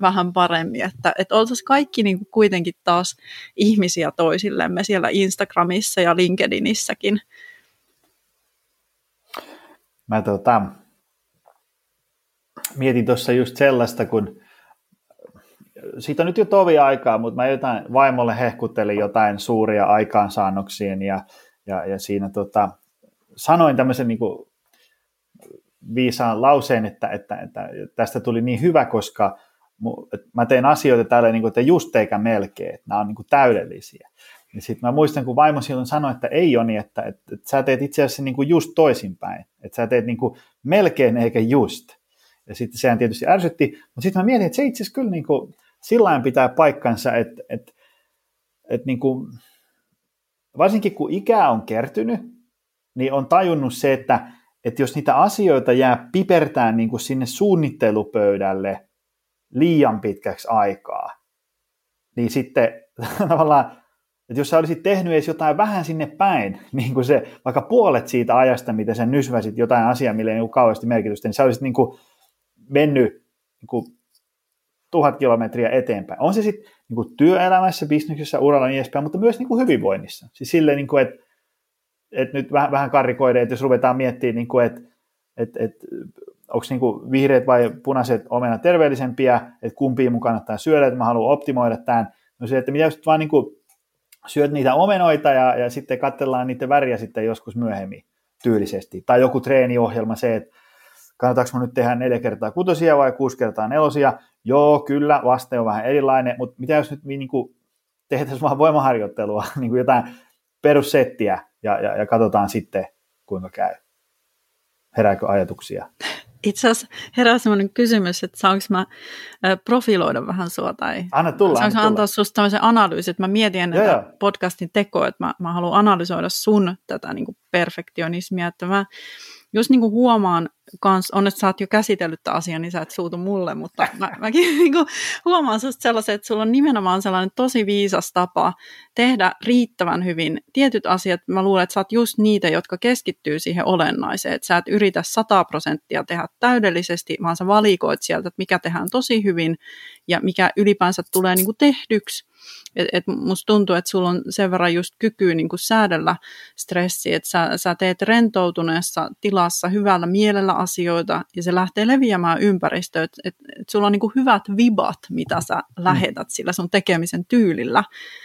vähän paremmin, että, että oltaisiin kaikki niin kuin kuitenkin taas ihmisiä toisillemme siellä Instagramissa ja LinkedInissäkin. Mä tota, mietin tuossa just sellaista, kun siitä on nyt jo tovi aikaa, mutta mä jotain vaimolle hehkuttelin jotain suuria aikaansaannoksia ja, ja, ja siinä tota, sanoin tämmöisen niin kuin viisaan lauseen, että, että, että tästä tuli niin hyvä, koska mä teen asioita täällä niin kuin, että just eikä melkein, että nämä on niin kuin täydellisiä. Ja sitten mä muistan, kun vaimo silloin sanoi, että ei ole niin, että, että, että sä teet itse asiassa niin kuin just toisinpäin, että sä teet niin kuin melkein eikä just. Ja sitten sehän tietysti ärsytti, mutta sitten mä mietin, että se itse asiassa kyllä niin kuin sillain pitää paikkansa, että, että, että niin kuin, varsinkin kun ikää on kertynyt, niin on tajunnut se, että, että jos niitä asioita jää pipertään niin kuin sinne suunnittelupöydälle liian pitkäksi aikaa, niin sitten tavallaan, että jos sä olisit tehnyt edes jotain vähän sinne päin, niin kuin se, vaikka puolet siitä ajasta, mitä sä nysväsit jotain asiaa, millä ei ole kauheasti merkitystä, niin sä olisit niin kuin mennyt niin kuin tuhat kilometriä eteenpäin. On se sitten niin kuin työelämässä, bisneksessä, uralla ja niin edespäin, mutta myös niin kuin hyvinvoinnissa. Siis silleen, niin kuin, että, että nyt vähän, vähän karrikoiden, että jos ruvetaan miettimään, niin kuin, että, että, että onko niin kuin vihreät vai punaiset omenat terveellisempiä, että kumpia mun kannattaa syödä, että mä haluan optimoida tämän. No se, että mitä jos vaan niin kuin syöt niitä omenoita ja, ja sitten katsellaan niiden väriä sitten joskus myöhemmin tyylisesti. Tai joku treeniohjelma, se, että kannattaako mun nyt tehdä neljä kertaa kutosia vai kuusi kertaa nelosia? Joo, kyllä, vaste on vähän erilainen, mutta mitä jos nyt niin kuin tehtäisiin vaan voimaharjoittelua, niin kuin jotain perussettiä ja, ja, ja katsotaan sitten, kuinka käy. Herääkö ajatuksia? Itse asiassa herää sellainen kysymys, että saanko mä profiloida vähän sua tai anna tulla, saanko anna antaa susta tämmöisen analyysin, että mä mietin ennen joo, tätä joo. podcastin tekoa, että mä, mä haluan analysoida sun tätä niin kuin perfektionismia, että mä just niin kuin huomaan kans, on, että sä oot jo käsitellyt tämän asian, niin sä et suutu mulle, mutta mä, mäkin niin kuin huomaan susta sellaisen, että sulla on nimenomaan sellainen tosi viisas tapa tehdä riittävän hyvin tietyt asiat. Mä luulen, että sä oot just niitä, jotka keskittyy siihen olennaiseen, että sä et yritä sata prosenttia tehdä täydellisesti, vaan sä valikoit sieltä, että mikä tehdään tosi hyvin ja mikä ylipäänsä tulee niin kuin tehdyksi. Et, et musta tuntuu, että sulla on sen verran just kykyä niin kuin säädellä stressiä, että sä, sä teet rentoutuneessa tilassa hyvällä mielellä asioita ja se lähtee leviämään ympäristöön, että et, et sulla on niin kuin hyvät vibat, mitä sä lähetät sillä sun tekemisen tyylillä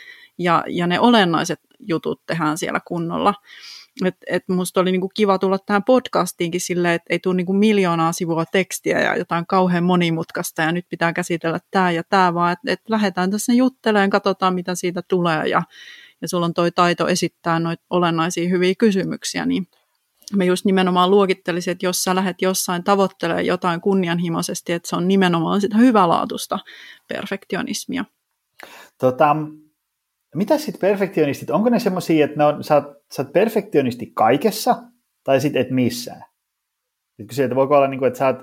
ja, ja ne olennaiset jutut tehdään siellä kunnolla. Et, et musta oli niinku kiva tulla tähän podcastiinkin silleen, että ei tule niinku miljoonaa sivua tekstiä ja jotain kauhean monimutkaista ja nyt pitää käsitellä tämä ja tämä, vaan että et lähdetään tässä juttelemaan, katsotaan mitä siitä tulee ja, ja sulla on toi taito esittää noita olennaisia hyviä kysymyksiä, niin mä just nimenomaan luokittelisin, että jos sä lähdet jossain tavoittelemaan jotain kunnianhimoisesti, että se on nimenomaan sitä hyvälaatuista perfektionismia. Tota... Mitä sitten perfektionistit, onko ne semmoisia, että ne on, sä, oot, sä oot perfektionisti kaikessa, tai sitten et missään? Sitten sieltä voiko olla, niin kuin, että, sä oot,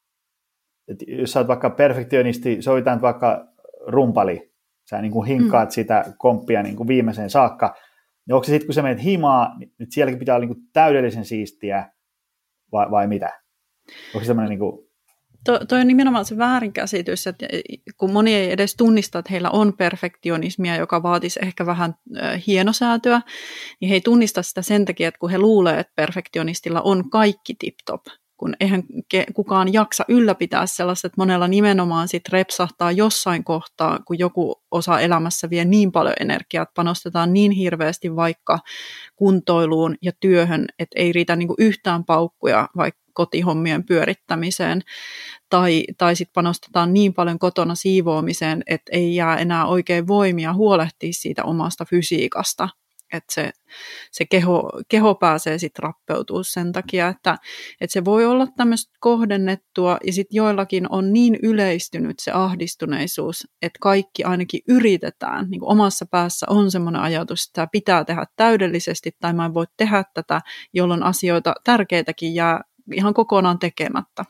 että jos sä oot vaikka perfektionisti, sovitaan vaikka rumpali, sä niin kuin hinkkaat mm. sitä komppia niin kuin viimeiseen saakka, niin onko se sitten, kun sä menet himaa, niin nyt sielläkin pitää olla niin kuin täydellisen siistiä, vai, vai mitä? Onko se semmoinen niin kuin... To, toi on nimenomaan se väärinkäsitys, että kun moni ei edes tunnista, että heillä on perfektionismia, joka vaatisi ehkä vähän äh, hienosäätöä, niin he ei tunnista sitä sen takia, että kun he luulee, että perfektionistilla on kaikki tip-top, kun eihän ke, kukaan jaksa ylläpitää sellaista, että monella nimenomaan sit repsahtaa jossain kohtaa, kun joku osa elämässä vie niin paljon energiaa, että panostetaan niin hirveästi vaikka kuntoiluun ja työhön, että ei riitä niinku yhtään paukkuja vaikka kotihommien pyörittämiseen, tai, tai sitten panostetaan niin paljon kotona siivoamiseen, että ei jää enää oikein voimia huolehtia siitä omasta fysiikasta, että se, se keho, keho pääsee sitten rappeutumaan sen takia, että, että se voi olla tämmöistä kohdennettua, ja sitten joillakin on niin yleistynyt se ahdistuneisuus, että kaikki ainakin yritetään, niin kuin omassa päässä on semmoinen ajatus, että tämä pitää tehdä täydellisesti, tai mä en voi tehdä tätä, jolloin asioita tärkeitäkin jää ihan kokonaan tekemättä.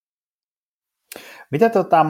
Mitä tota,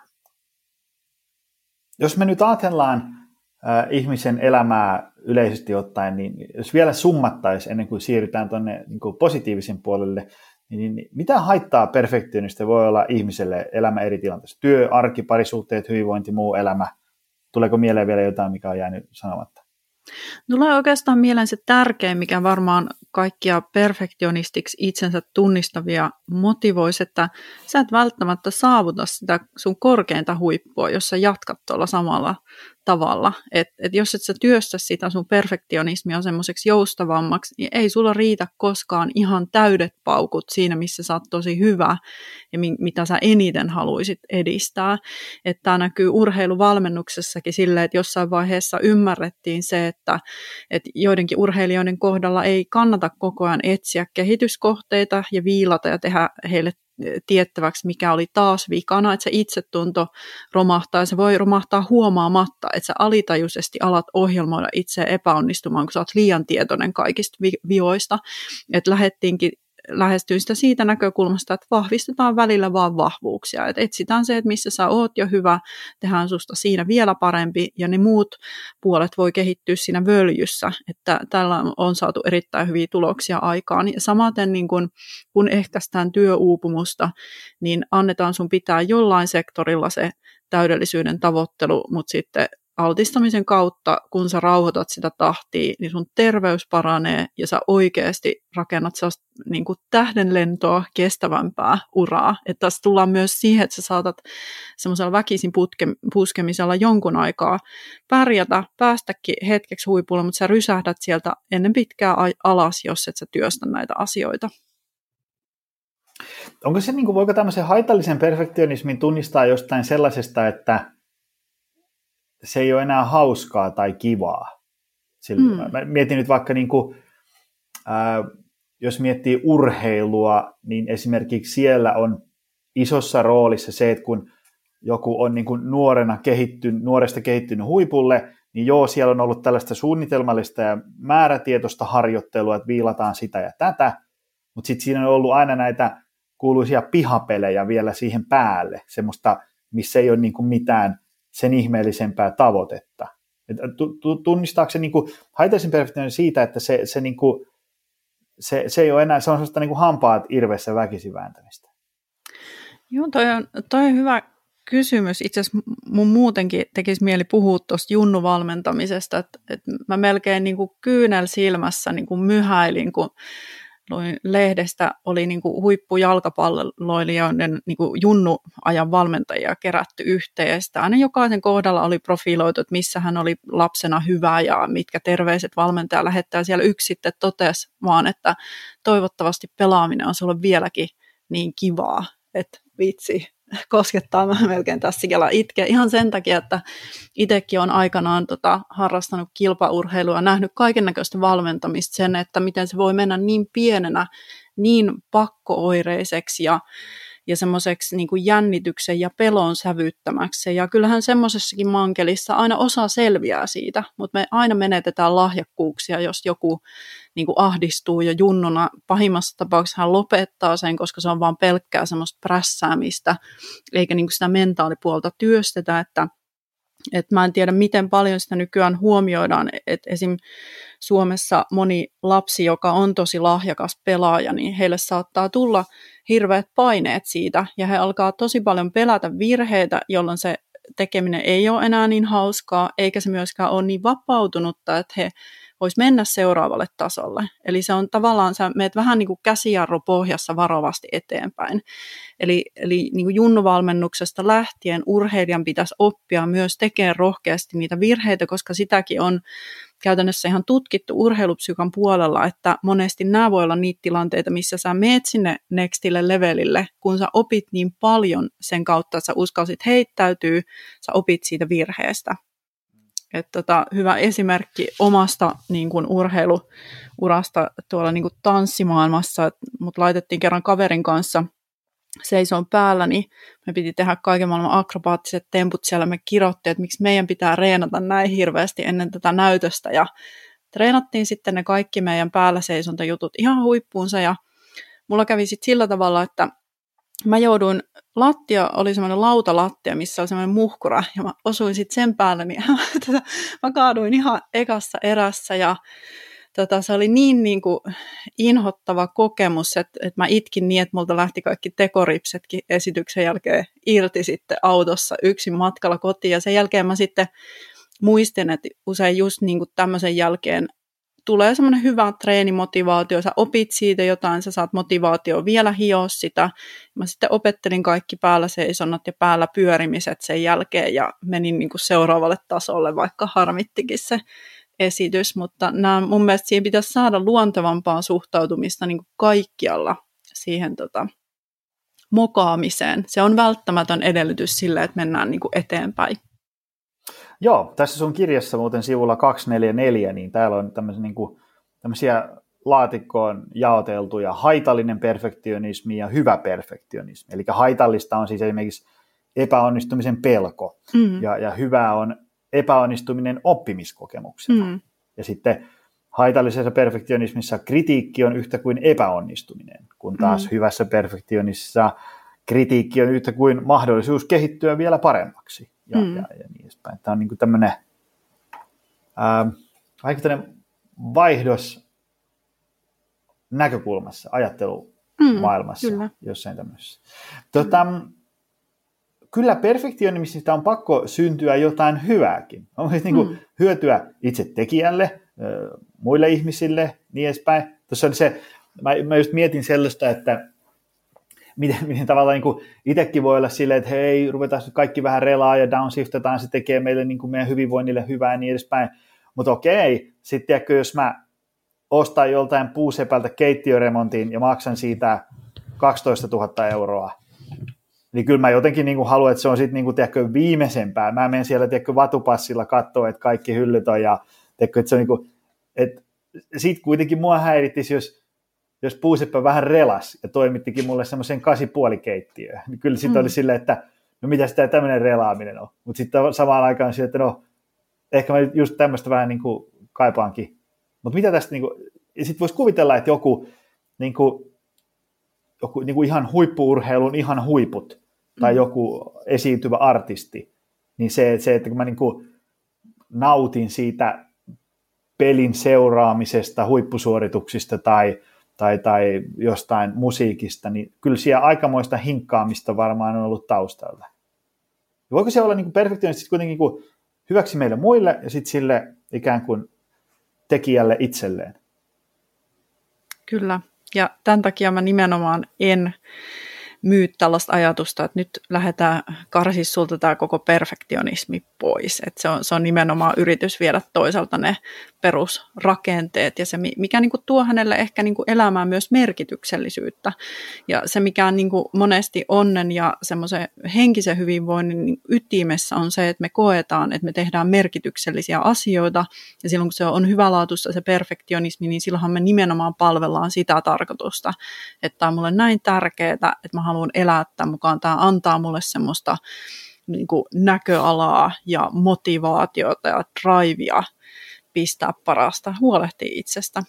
jos me nyt ajatellaan äh, ihmisen elämää yleisesti ottaen, niin jos vielä summattaisiin ennen kuin siirrytään tuonne niin kuin positiivisen puolelle, niin, niin mitä haittaa perfektionista voi olla ihmiselle elämä eri tilanteissa? Työ, arki, parisuhteet, hyvinvointi, muu elämä. Tuleeko mieleen vielä jotain, mikä on jäänyt sanomatta? Tulee oikeastaan mieleen se tärkein, mikä varmaan kaikkia perfektionistiksi itsensä tunnistavia motivoisi, että sä et välttämättä saavuta sitä sun korkeinta huippua, jos sä jatkat tuolla samalla tavalla. Että et jos et sä työstä sitä sun perfektionismia semmoiseksi joustavammaksi, niin ei sulla riitä koskaan ihan täydet paukut siinä, missä sä oot tosi hyvä ja mi- mitä sä eniten haluisit edistää. Että tämä näkyy urheiluvalmennuksessakin silleen, että jossain vaiheessa ymmärrettiin se, että et joidenkin urheilijoiden kohdalla ei kannata koko ajan etsiä kehityskohteita ja viilata ja tehdä heille tiettäväksi, mikä oli taas vikana, että se itsetunto romahtaa ja se voi romahtaa huomaamatta, että sä alitajuisesti alat ohjelmoida itseä epäonnistumaan, kun sä oot liian tietoinen kaikista vi- vioista, että lähdettiinkin lähestyin sitä siitä näkökulmasta, että vahvistetaan välillä vaan vahvuuksia, että etsitään se, että missä sä oot jo hyvä, tehdään susta siinä vielä parempi ja ne muut puolet voi kehittyä siinä völjyssä, että tällä on saatu erittäin hyviä tuloksia aikaan ja samaten niin kun, kun ehkäistään työuupumusta, niin annetaan sun pitää jollain sektorilla se täydellisyyden tavoittelu, mutta sitten altistamisen kautta, kun sä rauhoitat sitä tahtia, niin sun terveys paranee ja sä oikeasti rakennat sellaista niin kuin tähdenlentoa kestävämpää uraa. Että tässä tullaan myös siihen, että sä saatat semmoisella väkisin putke, puskemisella jonkun aikaa pärjätä, päästäkin hetkeksi huipulle, mutta sä rysähdät sieltä ennen pitkää alas, jos et sä työstä näitä asioita. Onko se, niin kuin, voiko tämmöisen haitallisen perfektionismin tunnistaa jostain sellaisesta, että se ei ole enää hauskaa tai kivaa? Sillä, mm. Mä mietin nyt vaikka, niin kuin, ää, jos miettii urheilua, niin esimerkiksi siellä on isossa roolissa se, että kun joku on niin kuin nuorena kehittynyt, nuoresta kehittynyt huipulle, niin joo, siellä on ollut tällaista suunnitelmallista ja määrätietoista harjoittelua, että viilataan sitä ja tätä, mutta sitten siinä on ollut aina näitä kuuluisia pihapelejä vielä siihen päälle, semmoista, missä ei ole niin kuin mitään sen ihmeellisempää tavoitetta. Tunnistaako se niin kuin haitallisen perfektionismin siitä, että se, se, niin kuin, se, se ei ole enää, se on sellaista niin kuin hampaat irvessä väkisin vääntämistä? Joo, toi on, toi on hyvä kysymys. Itse asiassa mun muutenkin tekisi mieli puhua tuosta junnuvalmentamisesta, että, että mä melkein niin kuin kyynel silmässä niin kuin myhäilin, kun luin lehdestä, oli niin kuin huippujalkapalloilijoiden niin kuin junnuajan valmentajia kerätty yhteen, ja sitä aina jokaisen kohdalla oli profiloitu, että missä hän oli lapsena hyvä ja mitkä terveiset valmentaja lähettää. Siellä yksi sitten totesi vaan, että toivottavasti pelaaminen on sulle vieläkin niin kivaa, että vitsi, koskettaa mä melkein tässä kela itkeä. Ihan sen takia, että itsekin olen aikanaan tota, harrastanut kilpaurheilua, nähnyt kaikennäköistä valmentamista sen, että miten se voi mennä niin pienenä, niin pakko-oireiseksi ja, ja semmoiseksi niin kuin jännityksen ja pelon sävyttämäksi. Ja kyllähän semmoisessakin mankelissa aina osa selviää siitä, mutta me aina menetetään lahjakkuuksia, jos joku niin kuin ahdistuu ja junnuna. Pahimmassa tapauksessa hän lopettaa sen, koska se on vaan pelkkää semmoista prässäämistä, eikä niin kuin sitä mentaalipuolta työstetä, että Et mä en tiedä, miten paljon sitä nykyään huomioidaan, että esim. Suomessa moni lapsi, joka on tosi lahjakas pelaaja, niin heille saattaa tulla hirveät paineet siitä, ja he alkaa tosi paljon pelätä virheitä, jolloin se tekeminen ei ole enää niin hauskaa, eikä se myöskään ole niin vapautunutta, että he vois mennä seuraavalle tasolle. Eli se on tavallaan, sä meet vähän niin kuin käsijarru pohjassa varovasti eteenpäin. Eli, eli niin kuin junnuvalmennuksesta lähtien urheilijan pitäisi oppia myös tekemään rohkeasti niitä virheitä, koska sitäkin on käytännössä ihan tutkittu urheilupsykan puolella, että monesti nämä voi olla niitä tilanteita, missä sä meet sinne nextille levelille, kun sä opit niin paljon sen kautta, että sä uskalsit heittäytyy, sä opit siitä virheestä. Että tota, hyvä esimerkki omasta niin kuin urheiluurasta tuolla niin kuin tanssimaailmassa, mut laitettiin kerran kaverin kanssa seisoon päällä, niin me piti tehdä kaiken maailman akrobaattiset temput siellä, me kirottiin, että miksi meidän pitää reenata näin hirveästi ennen tätä näytöstä, ja treenattiin sitten ne kaikki meidän päällä seisontajutut ihan huippuunsa, ja mulla kävi sitten sillä tavalla, että mä jouduin, lattia oli semmoinen lautalattia, missä oli semmoinen muhkura, ja mä osuin sitten sen päälle, niin mä kaaduin ihan ekassa erässä, ja tota, se oli niin, niin kuin inhottava kokemus, että, että mä itkin niin, että multa lähti kaikki tekoripsetkin esityksen jälkeen irti sitten autossa yksin matkalla kotiin. Ja sen jälkeen mä sitten muistin, että usein just niin kuin tämmöisen jälkeen tulee semmoinen hyvä treenimotivaatio, sä opit siitä jotain, sä saat motivaatio vielä hioa sitä. Mä sitten opettelin kaikki päällä seisonnat ja päällä pyörimiset sen jälkeen ja menin niin kuin seuraavalle tasolle, vaikka harmittikin se esitys, mutta nämä, mun mielestä siihen pitäisi saada luontevampaa suhtautumista niin kuin kaikkialla siihen tota, mokaamiseen. Se on välttämätön edellytys sille, että mennään niin kuin eteenpäin. Joo, tässä sun kirjassa muuten sivulla kaksisataaneljäkymmentäneljä, niin täällä on tämmöisiä, niin kuin, tämmöisiä laatikkoon jaoteltuja haitallinen perfektionismi ja hyvä perfektionismi. Eli haitallista on siis esimerkiksi epäonnistumisen pelko, mm. ja, ja hyvä on epäonnistuminen oppimiskokemuksena. Mm. Ja sitten haitallisessa perfektionismissa kritiikki on yhtä kuin epäonnistuminen, kun taas mm. hyvässä perfektionismissa kritiikki on yhtä kuin mahdollisuus kehittyä vielä paremmaksi. Ja, mm. ja, ja niin edespäin. Tämä on niin kuin tämmöinen ää, aika tämmöinen vaihdos näkökulmassa, ajattelumaailmassa, mm, jossain tämmöisessä. Tota, mm. Kyllä perfektionismista on pakko syntyä jotain hyvääkin. On siis niin kuin mm. hyötyä itse tekijälle, muille ihmisille, niin edespäin. Tuossa oli se, mä, mä just mietin sellaista, että miten, miten tavallaan niin kuin itsekin voi olla silleen, että hei, ruvetaan kaikki vähän relaa ja downshiftetaan, se tekee meille niin kuin meidän hyvinvoinnille hyvää ja niin edespäin. Mutta okei, sitten tiedätkö, jos mä ostan joltain puusepältä keittiöremontin ja maksan siitä kaksitoistatuhatta euroa, niin kyllä mä jotenkin niin kuin haluan, että se on sitten niin kuin, tiedätkö, viimeisempää. Mä menen siellä, tiedätkö, vatupassilla katsoa, että kaikki hyllyt on ja tiedätkö, että se on niin kuin, että sit kuitenkin mua häirittisi, jos jos puuseppä vähän relas ja toimittikin mulle semmoisen kasi puoli keittiöä, niin kyllä sitten mm. oli silleen, että no mitä sitä tämmöinen relaaminen on. Mutta sitten samaan aikaan silleen, että no ehkä mä just tämmöistä vähän niin kuin kaipaankin. Mutta mitä tästä, niin kuin, ja sitten voisi kuvitella, että joku, niin kuin, joku niin kuin ihan huippu-urheilun ihan huiput tai mm. joku esiintyvä artisti, niin se, se että kun mä niin kuin nautin siitä pelin seuraamisesta, huippusuorituksista tai Tai, tai jostain musiikista, niin kyllä siellä aikamoista hinkkaamista varmaan on ollut taustalla. Ja voiko se olla niin perfektionisesti kuitenkin niin hyväksi meille muille ja sitten sille ikään kuin tekijälle itselleen? Kyllä, ja tämän takia mä nimenomaan en myy tällaista ajatusta, että nyt lähdetään karsimaan sulta tämä koko perfektionismi pois. Että se, on, se on nimenomaan yritys viedä toisaalta ne perusrakenteet ja se, mikä niin kuin tuo hänelle ehkä niin kuin elämään myös merkityksellisyyttä. Ja se, mikä niin kuin monesti onnen ja semmoisen henkisen hyvinvoinnin ytimessä on se, että me koetaan, että me tehdään merkityksellisiä asioita. Ja silloin, kun se on hyvälaatuista se perfektionismi, niin silloinhan me nimenomaan palvellaan sitä tarkoitusta, että tämä on mulle näin tärkeää, että mä haluan elää tämän mukaan. Tämä antaa mulle semmoista niin kuin näköalaa ja motivaatiota ja drivea pistää parasta, huolehtia itsestä.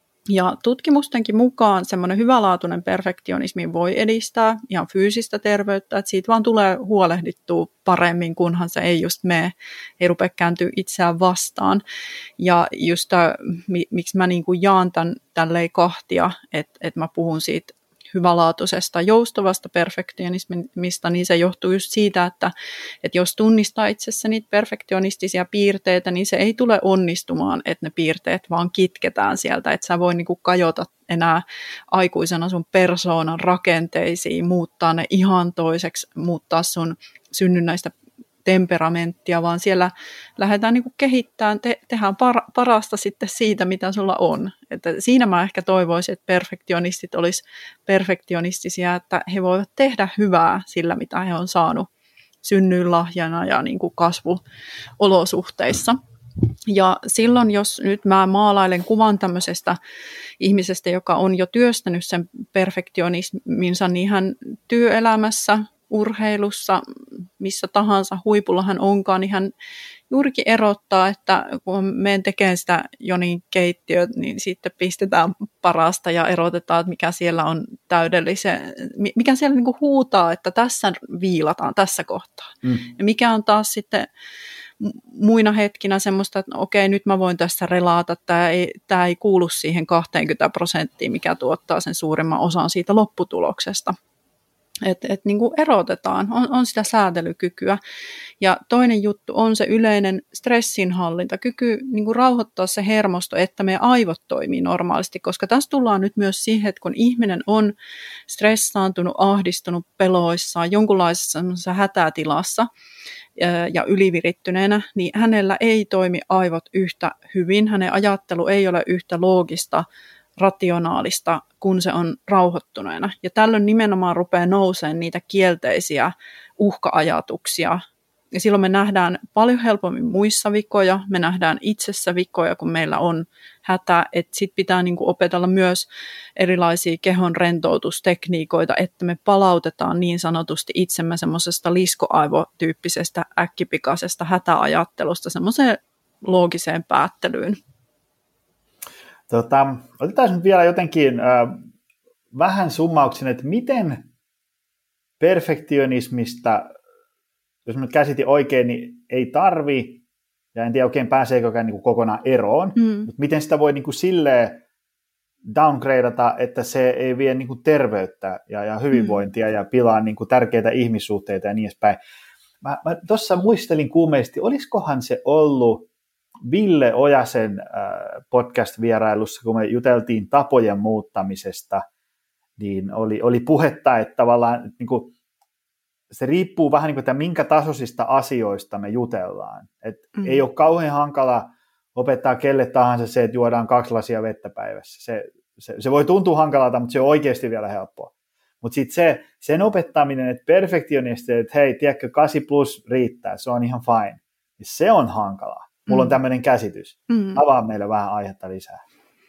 Ja tutkimustenkin mukaan semmoinen hyvälaatuinen perfektionismi voi edistää ihan fyysistä terveyttä, että siitä vaan tulee huolehdittua paremmin, kunhan se ei just mene, ei rupea kääntyä itseään vastaan. Ja just tämä, miksi mä niin kuin jaan tämän tälleen kahtia, että, että mä puhun siitä hyvälaatuisesta, joustavasta perfektionismista, niin se johtuu just siitä, että, että jos tunnistaa itsessä niitä perfektionistisia piirteitä, niin se ei tule onnistumaan, että ne piirteet vaan kitketään sieltä, että sä voi niinku kajota enää aikuisena sun persoonan rakenteisiin, muuttaa ne ihan toiseksi, muuttaa sun synnynnäistä temperamenttia, vaan siellä lähdetään niin kuin kehittämään, te- tehdään par- parasta sitten siitä, mitä sulla on. Että siinä mä ehkä toivoisin, että perfektionistit olisi perfektionistisia, että he voivat tehdä hyvää sillä, mitä he on saanut synnyin lahjana ja niin kuin kasvuolosuhteissa. Ja silloin, jos nyt mä maalailen kuvan tämmöisestä ihmisestä, joka on jo työstänyt sen perfektionisminsa, niin hän työelämässä, urheilussa, missä tahansa huipulla hän onkaan, niin hän juurikin erottaa, että kun menen tekemään sitä Jonin keittiöt, niin sitten pistetään parasta ja erotetaan, että mikä siellä on täydellisen, mikä siellä niin kuin huutaa, että tässä viilataan tässä kohtaa. Mm. Ja mikä on taas sitten muina hetkinä semmoista, että okei, nyt mä voin tässä relaata, tämä ei, tämä ei kuulu siihen kaksikymmentä prosenttia, mikä tuottaa sen suurimman osan siitä lopputuloksesta. Että et niin kuin erotetaan, on, on sitä säätelykykyä. Ja toinen juttu on se yleinen stressinhallinta, kyky niin kuin rauhoittaa se hermosto, että meidän aivot toimii normaalisti, koska tässä tullaan nyt myös siihen, että kun ihminen on stressaantunut, ahdistunut, peloissaan, jonkunlaisessa hätätilassa ja ylivirittyneenä, niin hänellä ei toimi aivot yhtä hyvin, hänen ajattelu ei ole yhtä loogista, rationaalista, kun se on rauhoittuneena. Ja tällöin nimenomaan rupeaa nousemaan niitä kielteisiä uhka-ajatuksia. Ja silloin me nähdään paljon helpommin muissa vikoja, me nähdään itsessä vikoja, kun meillä on hätä. Sitten pitää niinku opetella myös erilaisia kehon rentoutustekniikoita, että me palautetaan niin sanotusti itsemme semmoisesta liskoaivotyyppisestä äkkipikaisesta hätäajattelusta semmoiseen loogiseen päättelyyn. Tota, otetaan nyt vielä jotenkin äh, vähän summauksen, että miten perfektionismista, jos mä nyt käsitin oikein, niin ei tarvi, ja en tiedä oikein pääseekö niin kuin kokonaan eroon, mm. mutta miten sitä voi niin kuin silleen downgradeata, että se ei vie niin kuin terveyttä ja, ja hyvinvointia mm. ja pilaa niin kuin tärkeitä ihmissuhteita ja niin edespäin. Mä, mä tuossa muistelin kuumeisesti, olisikohan se ollut Ville Ojasen podcast-vierailussa, kun me juteltiin tapojen muuttamisesta, niin oli, oli puhetta, että tavallaan niin kuin, se riippuu vähän niin kuin, että minkä tasoisista asioista me jutellaan. Et mm. ei ole kauhean hankala opettaa kelle tahansa se, että juodaan kaksi lasia vettä päivässä. Se, se, se voi tuntua hankalalta, mutta se on oikeasti vielä helppoa. Mutta sitten se, sen opettaminen, että perfektionisti, että hei, tiedätkö, kahdeksan plus riittää, se on ihan fine. Se on hankalaa. Mulla on tämmöinen käsitys. Mm. Avaa meille vähän aihetta lisää.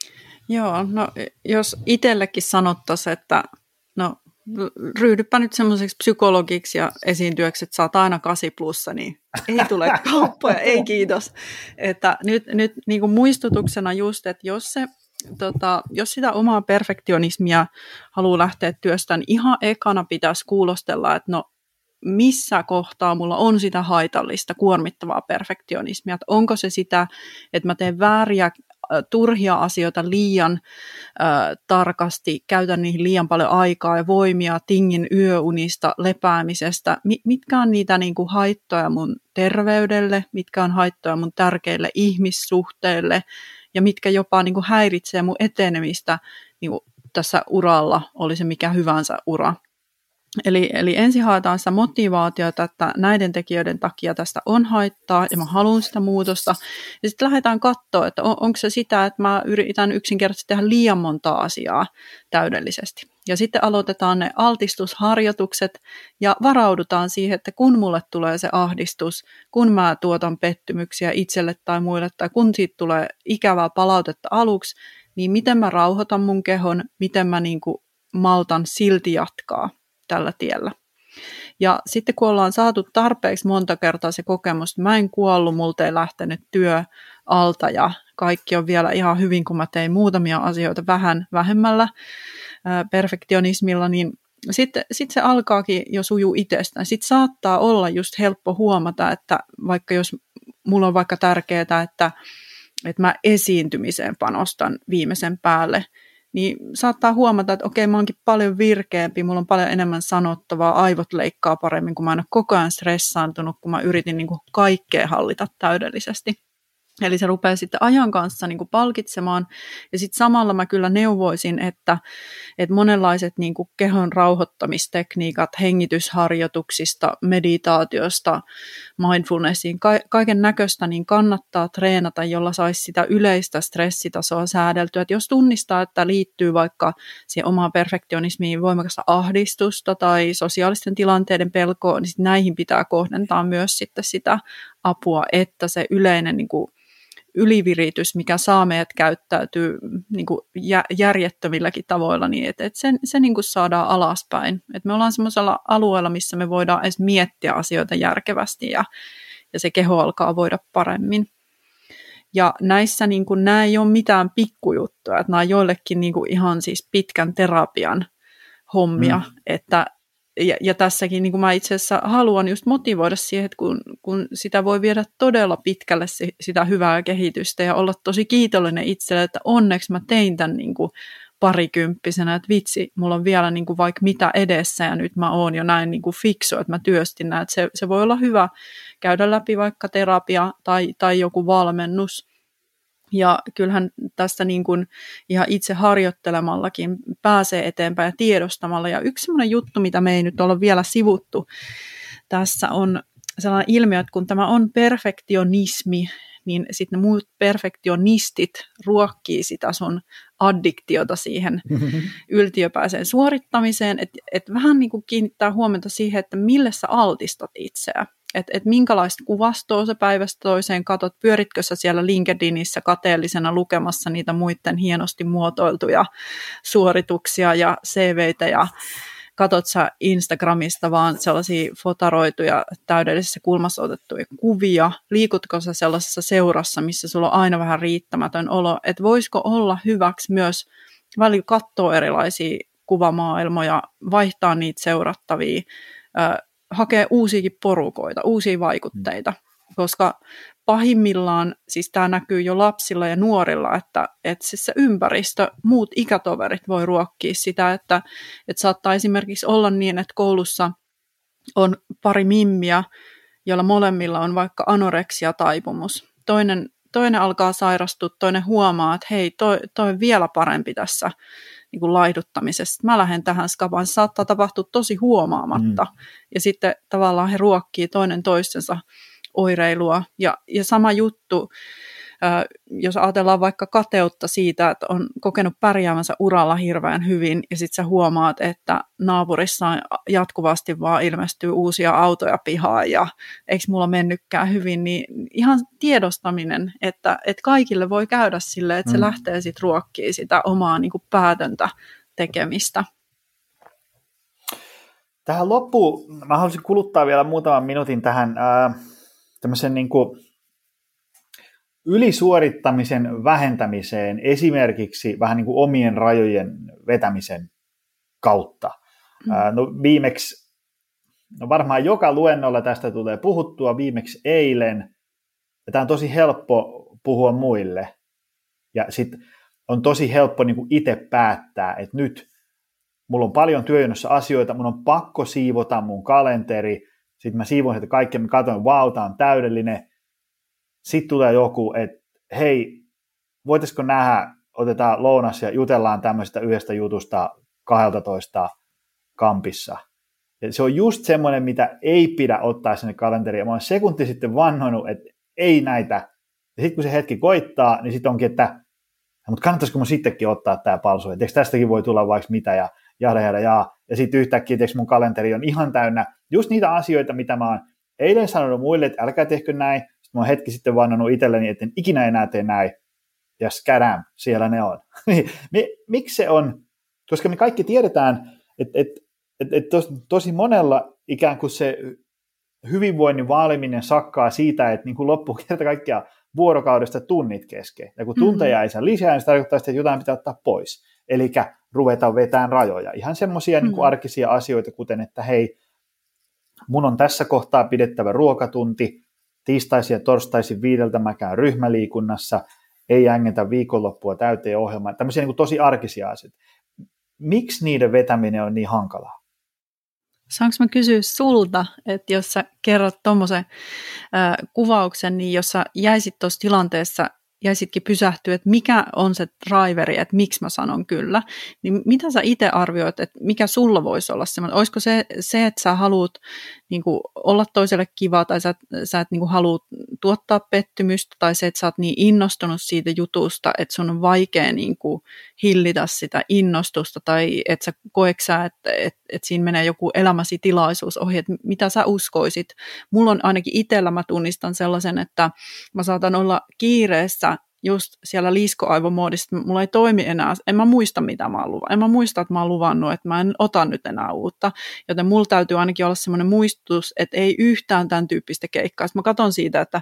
Joo, no jos itsellekin sanottaisiin, että no ryhdypä nyt semmoiseksi psykologiksi ja esiintyöksi, että saat aina kahdeksan plussa, niin ei tule kauppoja, ei kiitos. Että nyt, nyt niin kuin muistutuksena just, että jos, se, tota, jos sitä omaa perfektionismia haluaa lähteä työstämään, niin ihan ekana pitäisi kuulostella, että no missä kohtaa mulla on sitä haitallista, kuormittavaa perfektionismia, että onko se sitä, että mä teen vääriä, turhia asioita liian äh, tarkasti, käytän niihin liian paljon aikaa ja voimia, tingin yöunista, lepäämisestä, mitkä on niitä niin kuin haittoja mun terveydelle, mitkä on haittoja mun tärkeille ihmissuhteille ja mitkä jopa niin kuin häiritsee mun etenemistä niin kuin tässä uralla, oli se mikä hyvänsä ura. Eli, eli ensin haetaan sitä motivaatiota, että näiden tekijöiden takia tästä on haittaa ja mä haluan sitä muutosta. Ja sitten lähdetään katsoa, että on, onko se sitä, että mä yritän yksinkertaisesti tehdä liian monta asiaa täydellisesti. Ja sitten aloitetaan ne altistusharjoitukset ja varaudutaan siihen, että kun mulle tulee se ahdistus, kun mä tuotan pettymyksiä itselle tai muille, tai kun siitä tulee ikävää palautetta aluksi, niin miten mä rauhoitan mun kehon, miten mä niin kuin maltan silti jatkaa tällä tiellä. Ja sitten kun ollaan saatu tarpeeksi monta kertaa se kokemus, että mä en kuollut, multa ei lähtenyt työ alta ja kaikki on vielä ihan hyvin, kun mä tein muutamia asioita vähän vähemmällä ää, perfektionismilla, niin sitten sit se alkaakin jo sujuu itsestään. Sitten saattaa olla just helppo huomata, että vaikka jos mulla on vaikka tärkeää, että, että mä esiintymiseen panostan viimeisen päälle, niin saattaa huomata, että okei, mä oonkin paljon virkeämpi, mulla on paljon enemmän sanottavaa, aivot leikkaa paremmin, kun mä en ole koko ajan stressaantunut, kun mä yritin niin kuin kaikkea hallita täydellisesti. Eli se rupeaa sitten ajan kanssa niin kuin palkitsemaan. Ja sitten samalla mä kyllä neuvoisin, että, että monenlaiset niin kuin kehon rauhoittamistekniikat, hengitysharjoituksista, meditaatiosta, mindfulnessiin, ka- kaiken näköistä niin kannattaa treenata, jolla saisi sitä yleistä stressitasoa säädeltyä. Et jos tunnistaa, että liittyy vaikka siihen omaan perfektionismiin voimakasta ahdistusta tai sosiaalisten tilanteiden pelkoa, niin sit näihin pitää kohdentaa myös sitten sitä apua, että se yleinen niin kuin yliviritys, mikä saa meidät käyttäytyy niin kuin järjettömilläkin tavoilla, niin että, että se, se niin kuin saadaan alaspäin. Että me ollaan semmoisella alueella, missä me voidaan edes miettiä asioita järkevästi ja, ja se keho alkaa voida paremmin. Ja näissä niin kuin, nämä ei ole mitään pikkujuttuja, että nämä on joillekin niin kuin ihan siis pitkän terapian hommia, mm. että ja, ja tässäkin niin kuin mä itse asiassa haluan just motivoida siihen, että kun, kun sitä voi viedä todella pitkälle sitä hyvää kehitystä ja olla tosi kiitollinen itselle, että onneksi mä tein tämän niin kuin parikymppisenä, että vitsi, mulla on vielä niin kuin vaikka mitä edessä ja nyt mä oon jo näin niin kuin fiksu, että mä työstin näin, että se, se voi olla hyvä käydä läpi vaikka terapia tai, tai joku valmennus. Ja kyllähän tästä niin kuin ihan itse harjoittelemallakin pääsee eteenpäin ja tiedostamalla. Ja yksi sellainen juttu, mitä me ei nyt olla vielä sivuttu tässä on sellainen ilmiö, että kun tämä on perfektionismi, niin sitten ne muut perfektionistit ruokkii sitä sun addiktiota siihen yltiöpäiseen suorittamiseen. Että et vähän niin kuin kiinnittää huomiota siihen, että mille sä altistat itseä. Että et minkälaista kuvastoa sä päivästä toiseen katot, pyöritkö sä siellä LinkedInissä kateellisena lukemassa niitä muiden hienosti muotoiltuja suorituksia ja C V:itä ja katot sä Instagramista vaan sellaisia fotaroituja täydellisessä kulmassa otettuja kuvia, liikutko sä sellaisessa seurassa, missä sulla on aina vähän riittämätön olo, että voisiko olla hyväksi myös välillä katsoa erilaisia kuvamaailmoja, vaihtaa niitä seurattavia, hakea uusiakin porukoita, uusia vaikutteita, koska pahimmillaan, siis tämä näkyy jo lapsilla ja nuorilla, että, että siis se ympäristö, muut ikätoverit voi ruokkia sitä, että, että saattaa esimerkiksi olla niin, että koulussa on pari mimmiä, joilla molemmilla on vaikka anoreksia-taipumus. Toinen, toinen alkaa sairastua, toinen huomaa, että hei, toi, toi on vielä parempi tässä niin kuin laihduttamisesta. Mä lähden tähän skapaan. Se saattaa tapahtua tosi huomaamatta. Mm. Ja sitten tavallaan he ruokkii toinen toistensa oireilua. Ja, ja sama juttu, äh, jos ajatellaan vaikka kateutta siitä, että on kokenut pärjäämänsä uralla hirveän hyvin, ja sitten sä huomaat, että naapurissa jatkuvasti vaan ilmestyy uusia autoja pihaan, ja eikö mulla mennytkään hyvin, niin ihan tiedostaminen, että, että kaikille voi käydä silleen, että se mm. lähtee sitten ruokkiin sitä omaa niin kuin päätöntä tekemistä. Tähän loppuun, mä haluaisin kuluttaa vielä muutaman minuutin tähän ää, tämmöisen niin kuin ylisuorittamisen vähentämiseen, esimerkiksi vähän niin kuin omien rajojen vetämisen kautta. Mm. Ää, no viimeksi, no varmaan joka luennolla tästä tulee puhuttua, viimeksi eilen, ja tämä on tosi helppo puhua muille, ja sitten on tosi helppo niin kuin itse päättää, että nyt mulla on paljon työjonossa asioita, mun on pakko siivota mun kalenteri, sitten mä siivoin sitä kaikkea, mä katsoin, vau, tää on täydellinen. Sitten tulee joku, että hei, voitaisiko nähdä, otetaan lounas ja jutellaan tämmöisestä yhdestä jutusta kaksitoista kampissa. Ja se on just semmoinen, mitä ei pidä ottaa sinne kalenteriin. Mä oon sekunti sitten vannonut, että ei näitä. Ja sitten kun se hetki koittaa, niin sitten onkin, että mutta kannattaisiko mun sittenkin ottaa tämä palsu, että tästäkin voi tulla vaikka mitä ja jada, jada, jaa. Ja sitten yhtäkkiä mun kalenteri on ihan täynnä just niitä asioita, mitä mä oon eilen sanonut muille, että älkää tehkö näin. Sitten mä oon hetki sitten vannonut itselleni, että en ikinä enää tee näin. Ja skadam, siellä ne on. Miksi se on? Koska me kaikki tiedetään, että, että, että, että tos, tosi monella ikään kuin se hyvinvoinnin vaaliminen sakkaa siitä, että niin kuin loppuu kerta kaikkiaan vuorokaudesta tunnit kesken. Ja kun tunteja ei saa lisää, niin se tarkoittaa, että jotain pitää ottaa pois. Eli ruveta vetämään rajoja. Ihan semmoisia mm. niin kuin arkisia asioita, kuten että hei, mun on tässä kohtaa pidettävä ruokatunti, tiistaisin ja torstaisin viideltä mä käyn ryhmäliikunnassa, ei jängetä viikonloppua täyteen ohjelmaan. Tämmöisiä niin kuin tosi arkisia asioita. Miksi niiden vetäminen on niin hankalaa? Saanko mä kysyä sulta, että jos sä kerrot tuommoisen äh, kuvauksen, niin jos sä jäisit tuossa tilanteessa, jäisitkin pysähtyä, että mikä on se driveri, että miksi mä sanon kyllä, niin mitä sä itse arvioit, että mikä sulla voisi olla semmoinen? Olisiko se, se että sä haluat niin kuin, olla toiselle kiva, tai sä, sä et niin kuin, haluat tuottaa pettymystä, tai se, että sä oot niin innostunut siitä jutusta, että sun on vaikea niin kuin, hillitä sitä innostusta, tai että sä koeksä, että, että, että siinä menee joku elämäsi tilaisuus ohi, että mitä sä uskoisit? Mulla on ainakin itsellä, mä tunnistan sellaisen, että mä saatan olla kiireessä, just siellä liskoaivomoodissa, että mulla ei toimi enää, en mä muista mitä mä oon luvannut, en mä muista, että mä oon luvannut, että mä en ota nyt enää uutta, joten mulla täytyy ainakin olla semmoinen muistutus, että ei yhtään tämän tyyppistä keikkaa. Sitten mä katson siitä, että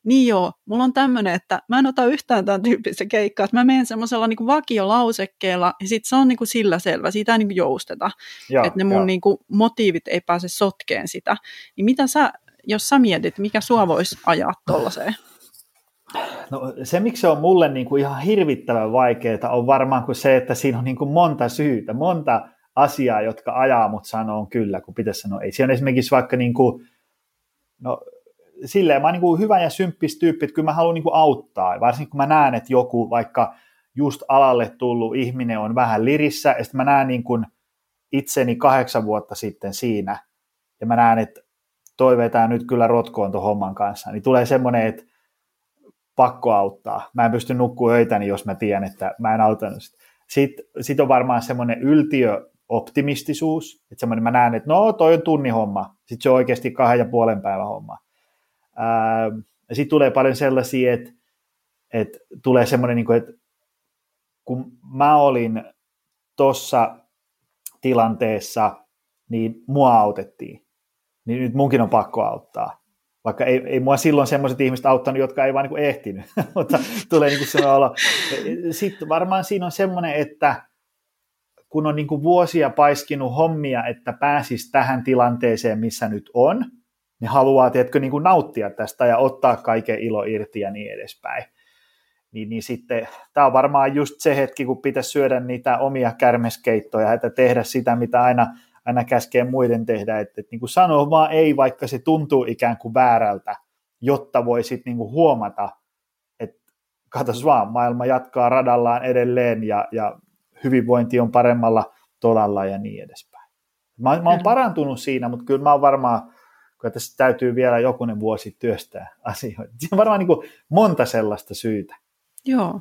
niin joo, mulla on tämmöinen, että mä en ota yhtään tämän tyyppistä keikkaa, että mä menen semmoisella niin kuin vakiolausekkeella, ja sitten se on niin kuin sillä selvä, siitä ei niin kuin jousteta, joo, että ne mun niin kuin motiivit ei pääse sotkeen sitä. Niin mitä sä, jos sä mietit, mikä sua voisi ajaa tollaiseen? No, se, miksi se on mulle niin kuin ihan hirvittävän vaikeaa, on varmaan kuin se, että siinä on niin kuin monta syytä, monta asiaa, jotka ajaa mut sanoa kyllä, kun pitäisi sanoa ei. Siinä on esimerkiksi vaikka, niin kuin, no silleen, mä oon niin kuin hyvä ja symppis tyyppi, että kyllä mä haluan niin kuin auttaa, varsinkin kun mä näen, että joku vaikka just alalle tullut ihminen on vähän lirissä, ja sitten mä näen niin kuin itseni kahdeksan vuotta sitten siinä, ja mä näen, että toi vetää nyt kyllä rotkoon tuon homman kanssa, niin tulee semmoinen, että pakko auttaa. Mä en pysty nukkumaan öitäni, jos mä tiedän, että mä en auttanut sitä. Sitten sit on varmaan semmoinen yltiöoptimistisuus, että semmoinen mä näen, että no toi on tunnin homma, sitten se on oikeasti kahden ja puolen päivän homma. Sitten tulee paljon sellaisia, että, että tulee semmoinen, että kun mä olin tuossa tilanteessa, niin mua autettiin, niin nyt munkin on pakko auttaa. Vaikka ei, ei mua silloin semmoiset ihmiset auttanut, jotka ei vaan niin ehtinyt, mutta tulee niin semmoinen olo. Sitten varmaan siinä on semmoinen, että kun on niin vuosia paiskinut hommia, että pääsisi tähän tilanteeseen, missä nyt on, niin haluaa, tiedätkö, niin nauttia tästä ja ottaa kaiken ilo irti ja niin edespäin. Niin, niin sitten tämä on varmaan just se hetki, kun pitäisi syödä niitä omia kärmeskeittoja, että tehdä sitä, mitä aina aina käskee muiden tehdä, että, että niin kuin sanoo vaan ei, vaikka se tuntuu ikään kuin väärältä, jotta voi sitten niin kuin huomata, että katos vaan, maailma jatkaa radallaan edelleen ja, ja hyvinvointi on paremmalla tolalla ja niin edespäin. Mä, mä oon parantunut siinä, mutta kyllä mä oon varmaan, kun tässä täytyy vielä jokunen vuosi työstää asioita. Siinä on varmaan niin kuin monta sellaista syytä. Joo.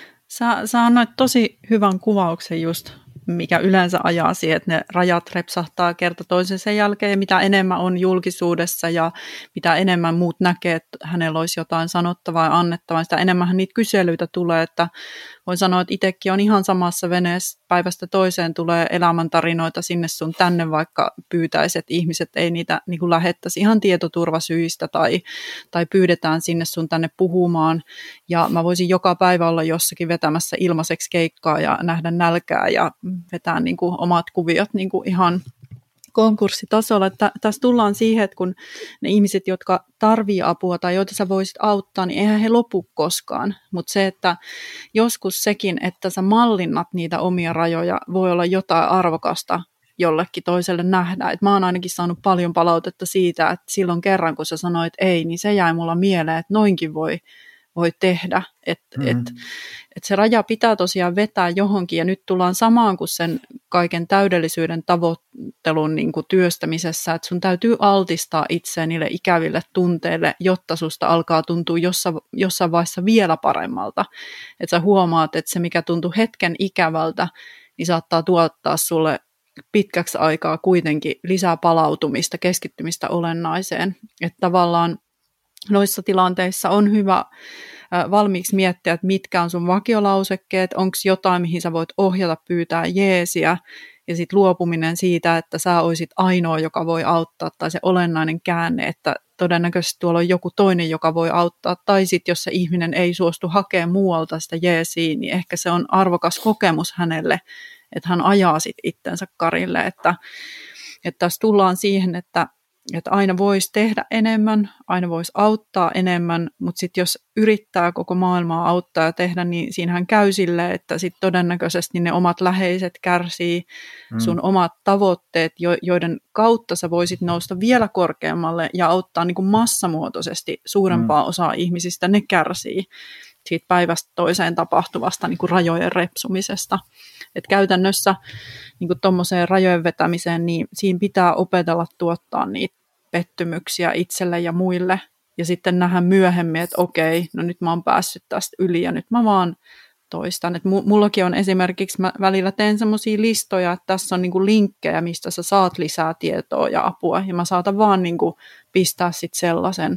Sä, sä annoit tosi hyvän kuvauksen just, mikä yleensä ajaa siihen, että ne rajat repsahtaa kerta toisensa jälkeen, ja mitä enemmän on julkisuudessa ja mitä enemmän muut näkee, että hänellä olisi jotain sanottavaa ja annettavaa, sitä enemmän niitä kyselyitä tulee, että voin sanoa, että itsekin on ihan samassa veneessä, päivästä toiseen tulee elämäntarinoita sinne sun tänne, vaikka pyytäisi, että ihmiset ei niitä niin kuin lähettäisi ihan tietoturvasyistä tai, tai pyydetään sinne sun tänne puhumaan, ja mä voisin joka päivä olla jossakin vetämässä ilmaiseksi keikkaa ja nähdä nälkää ja vetää niin kuin omat kuviot niin kuin ihan konkurssitasolla. Että tässä tullaan siihen, että kun ne ihmiset, jotka tarvii apua tai joita sä voisit auttaa, niin eihän he lopu koskaan. Mutta se, että joskus sekin, että sä mallinnat niitä omia rajoja, voi olla jotain arvokasta jollekin toiselle nähdä. Et mä oon ainakin saanut paljon palautetta siitä, että silloin kerran, kun sä sanoit ei, niin se jäi mulla mieleen, että noinkin voi voi tehdä, että mm. et, et se raja pitää tosiaan vetää johonkin, ja nyt tullaan samaan kuin sen kaiken täydellisyyden tavoittelun niin kuin työstämisessä, että sun täytyy altistaa itseä niille ikäville tunteille, jotta susta alkaa tuntua jossain, jossain vaiheessa vielä paremmalta, että sä huomaat, että se mikä tuntuu hetken ikävältä, niin saattaa tuottaa sulle pitkäksi aikaa kuitenkin lisää palautumista, keskittymistä olennaiseen, että tavallaan noissa tilanteissa on hyvä valmiiksi miettiä, että mitkä on sun vakiolausekkeet, onko jotain, mihin sä voit ohjata, pyytää jeesiä, ja sitten luopuminen siitä, että sä olisit ainoa, joka voi auttaa, tai se olennainen käänne, että todennäköisesti tuolla on joku toinen, joka voi auttaa, tai sitten jos se ihminen ei suostu hakemaan muualta sitä jeesiä, niin ehkä se on arvokas kokemus hänelle, että hän ajaa sit itsensä karille, että, että tässä tullaan siihen, että Että aina voisi tehdä enemmän, aina voisi auttaa enemmän, mutta sitten jos yrittää koko maailmaa auttaa ja tehdä, niin siinähän käy silleen, että sitten todennäköisesti ne omat läheiset kärsii, mm. sun omat tavoitteet, joiden kautta sä voisit nousta vielä korkeammalle ja auttaa niin kuin massamuotoisesti suurempaa mm. osaa ihmisistä, ne kärsii siitä päivästä toiseen tapahtuvasta niin kuin rajojen repsumisesta. Et käytännössä niin kuin tuommoiseen rajojen vetämiseen, niin siinä pitää opetella tuottaa niitä pettymyksiä itselle ja muille. Ja sitten nähdä myöhemmin, että okei, no nyt mä oon päässyt tästä yli ja nyt mä vaan toistan. Et mullakin on esimerkiksi, mä välillä teen semmoisia listoja, että tässä on niin kuin linkkejä, mistä sä saat lisää tietoa ja apua. Ja mä saatan vaan niin kuin pistää sitten sellaisen.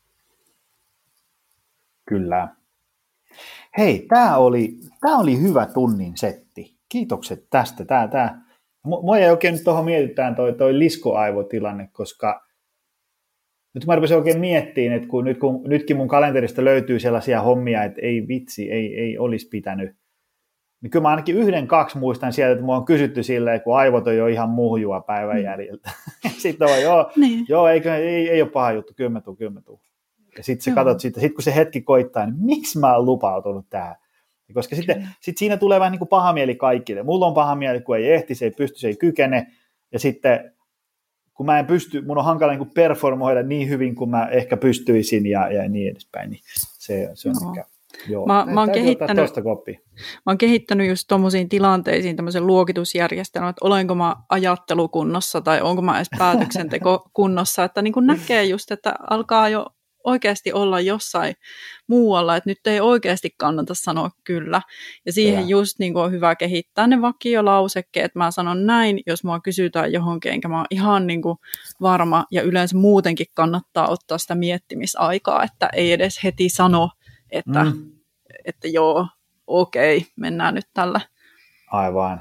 Kyllä. Hei, tämä oli, tää oli hyvä tunnin setti. Kiitokset tästä. Tää, tää. Mua ei oikein nyt tuohon mietitään toi, toi liskoaivotilanne, koska nyt mä rupesin oikein miettimään, että kun, nyt, kun nytkin mun kalenterista löytyy sellaisia hommia, että ei vitsi, ei, ei olisi pitänyt. Niin kyllä mä ainakin yhden, kaksi muistan sieltä, että mua on kysytty silleen, kun aivot on jo ihan muhjua päivän jäljiltä. Sitten on, joo, niin. joo eikö, ei, ei ole paha juttu, kyllä tuu, kyllä tuu. Ja sitten sä katsot, sit, sit kun se hetki koittaa, niin miksi mä oon lupautunut tähän? Koska sitten sit siinä tulee vähän niin kuin paha mieli kaikille. Mulla on paha mieli, kun ei ehti, se ei pysty, se ei kykene. Ja sitten kun mä en pysty, mun on hankala niin kuin performoida niin hyvin kuin mä ehkä pystyisin ja, ja niin edespäin. Niin se, se on no. mikä. Joo. Mä, mä, oon kehittänyt, mä oon kehittänyt just tommosiin tilanteisiin tämmöisen luokitusjärjestelmän, että olenko mä ajattelukunnossa tai onko mä edes päätöksentekokunnossa, että niin kuin näkee just, että alkaa jo oikeasti olla jossain muualla, että nyt ei oikeasti kannata sanoa kyllä. Ja siihen ja. just niin kuin on hyvä kehittää ne vakiolausekkeet, että mä sanon näin, jos mua kysytään johonkin, enkä mä oon ihan niin kuin varma, ja yleensä muutenkin kannattaa ottaa sitä miettimisaikaa, että ei edes heti sano, että, mm. että joo, okei, mennään nyt tällä. Aivan.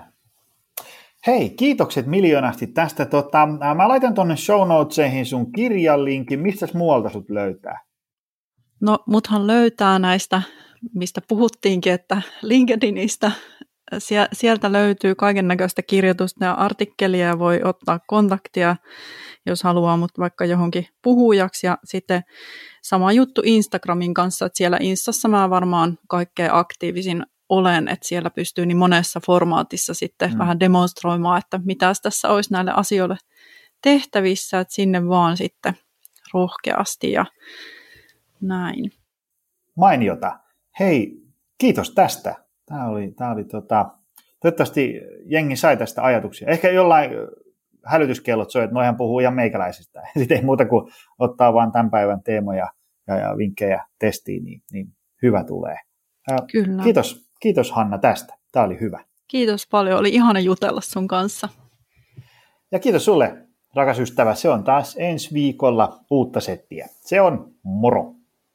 Hei, kiitokset miljoonasti tästä. Tota, mä laitan tuonne show notesihin sun kirjalinkin. Mistäs muualta sut löytää? No, muthan löytää näistä, mistä puhuttiinkin, että LinkedInistä. Sieltä löytyy kaiken näköistä kirjoitusta ja artikkelia ja voi ottaa kontaktia, jos haluaa, mutta vaikka johonkin puhujaksi. Ja sitten sama juttu Instagramin kanssa, että siellä Instassa mä varmaan kaikkein aktiivisin olen, että siellä pystyy niin monessa formaatissa sitten mm. vähän demonstroimaan, että mitä tässä olisi näille asioille tehtävissä, että sinne vaan sitten rohkeasti ja näin. Mainiota. Hei, kiitos tästä. Tämä oli, tämä oli tota, toivottavasti jengi sai tästä ajatuksia. Ehkä jollain hälytyskellot soi, että noihän puhuu ihan meikäläisistä. Sitten ei muuta kuin ottaa vaan tämän päivän teemoja ja, ja vinkkejä testiin, niin, niin hyvä tulee. Kyllä. Kiitos, kiitos Hanna tästä. Tämä oli hyvä. Kiitos paljon. Oli ihana jutella sun kanssa. Ja kiitos sulle, rakas ystävä. Se on taas ensi viikolla uutta settiä. Se on moro.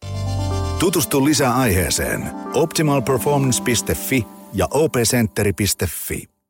Tutustu lisää aiheeseen optimal performance piste fi ja o p centeri piste fi.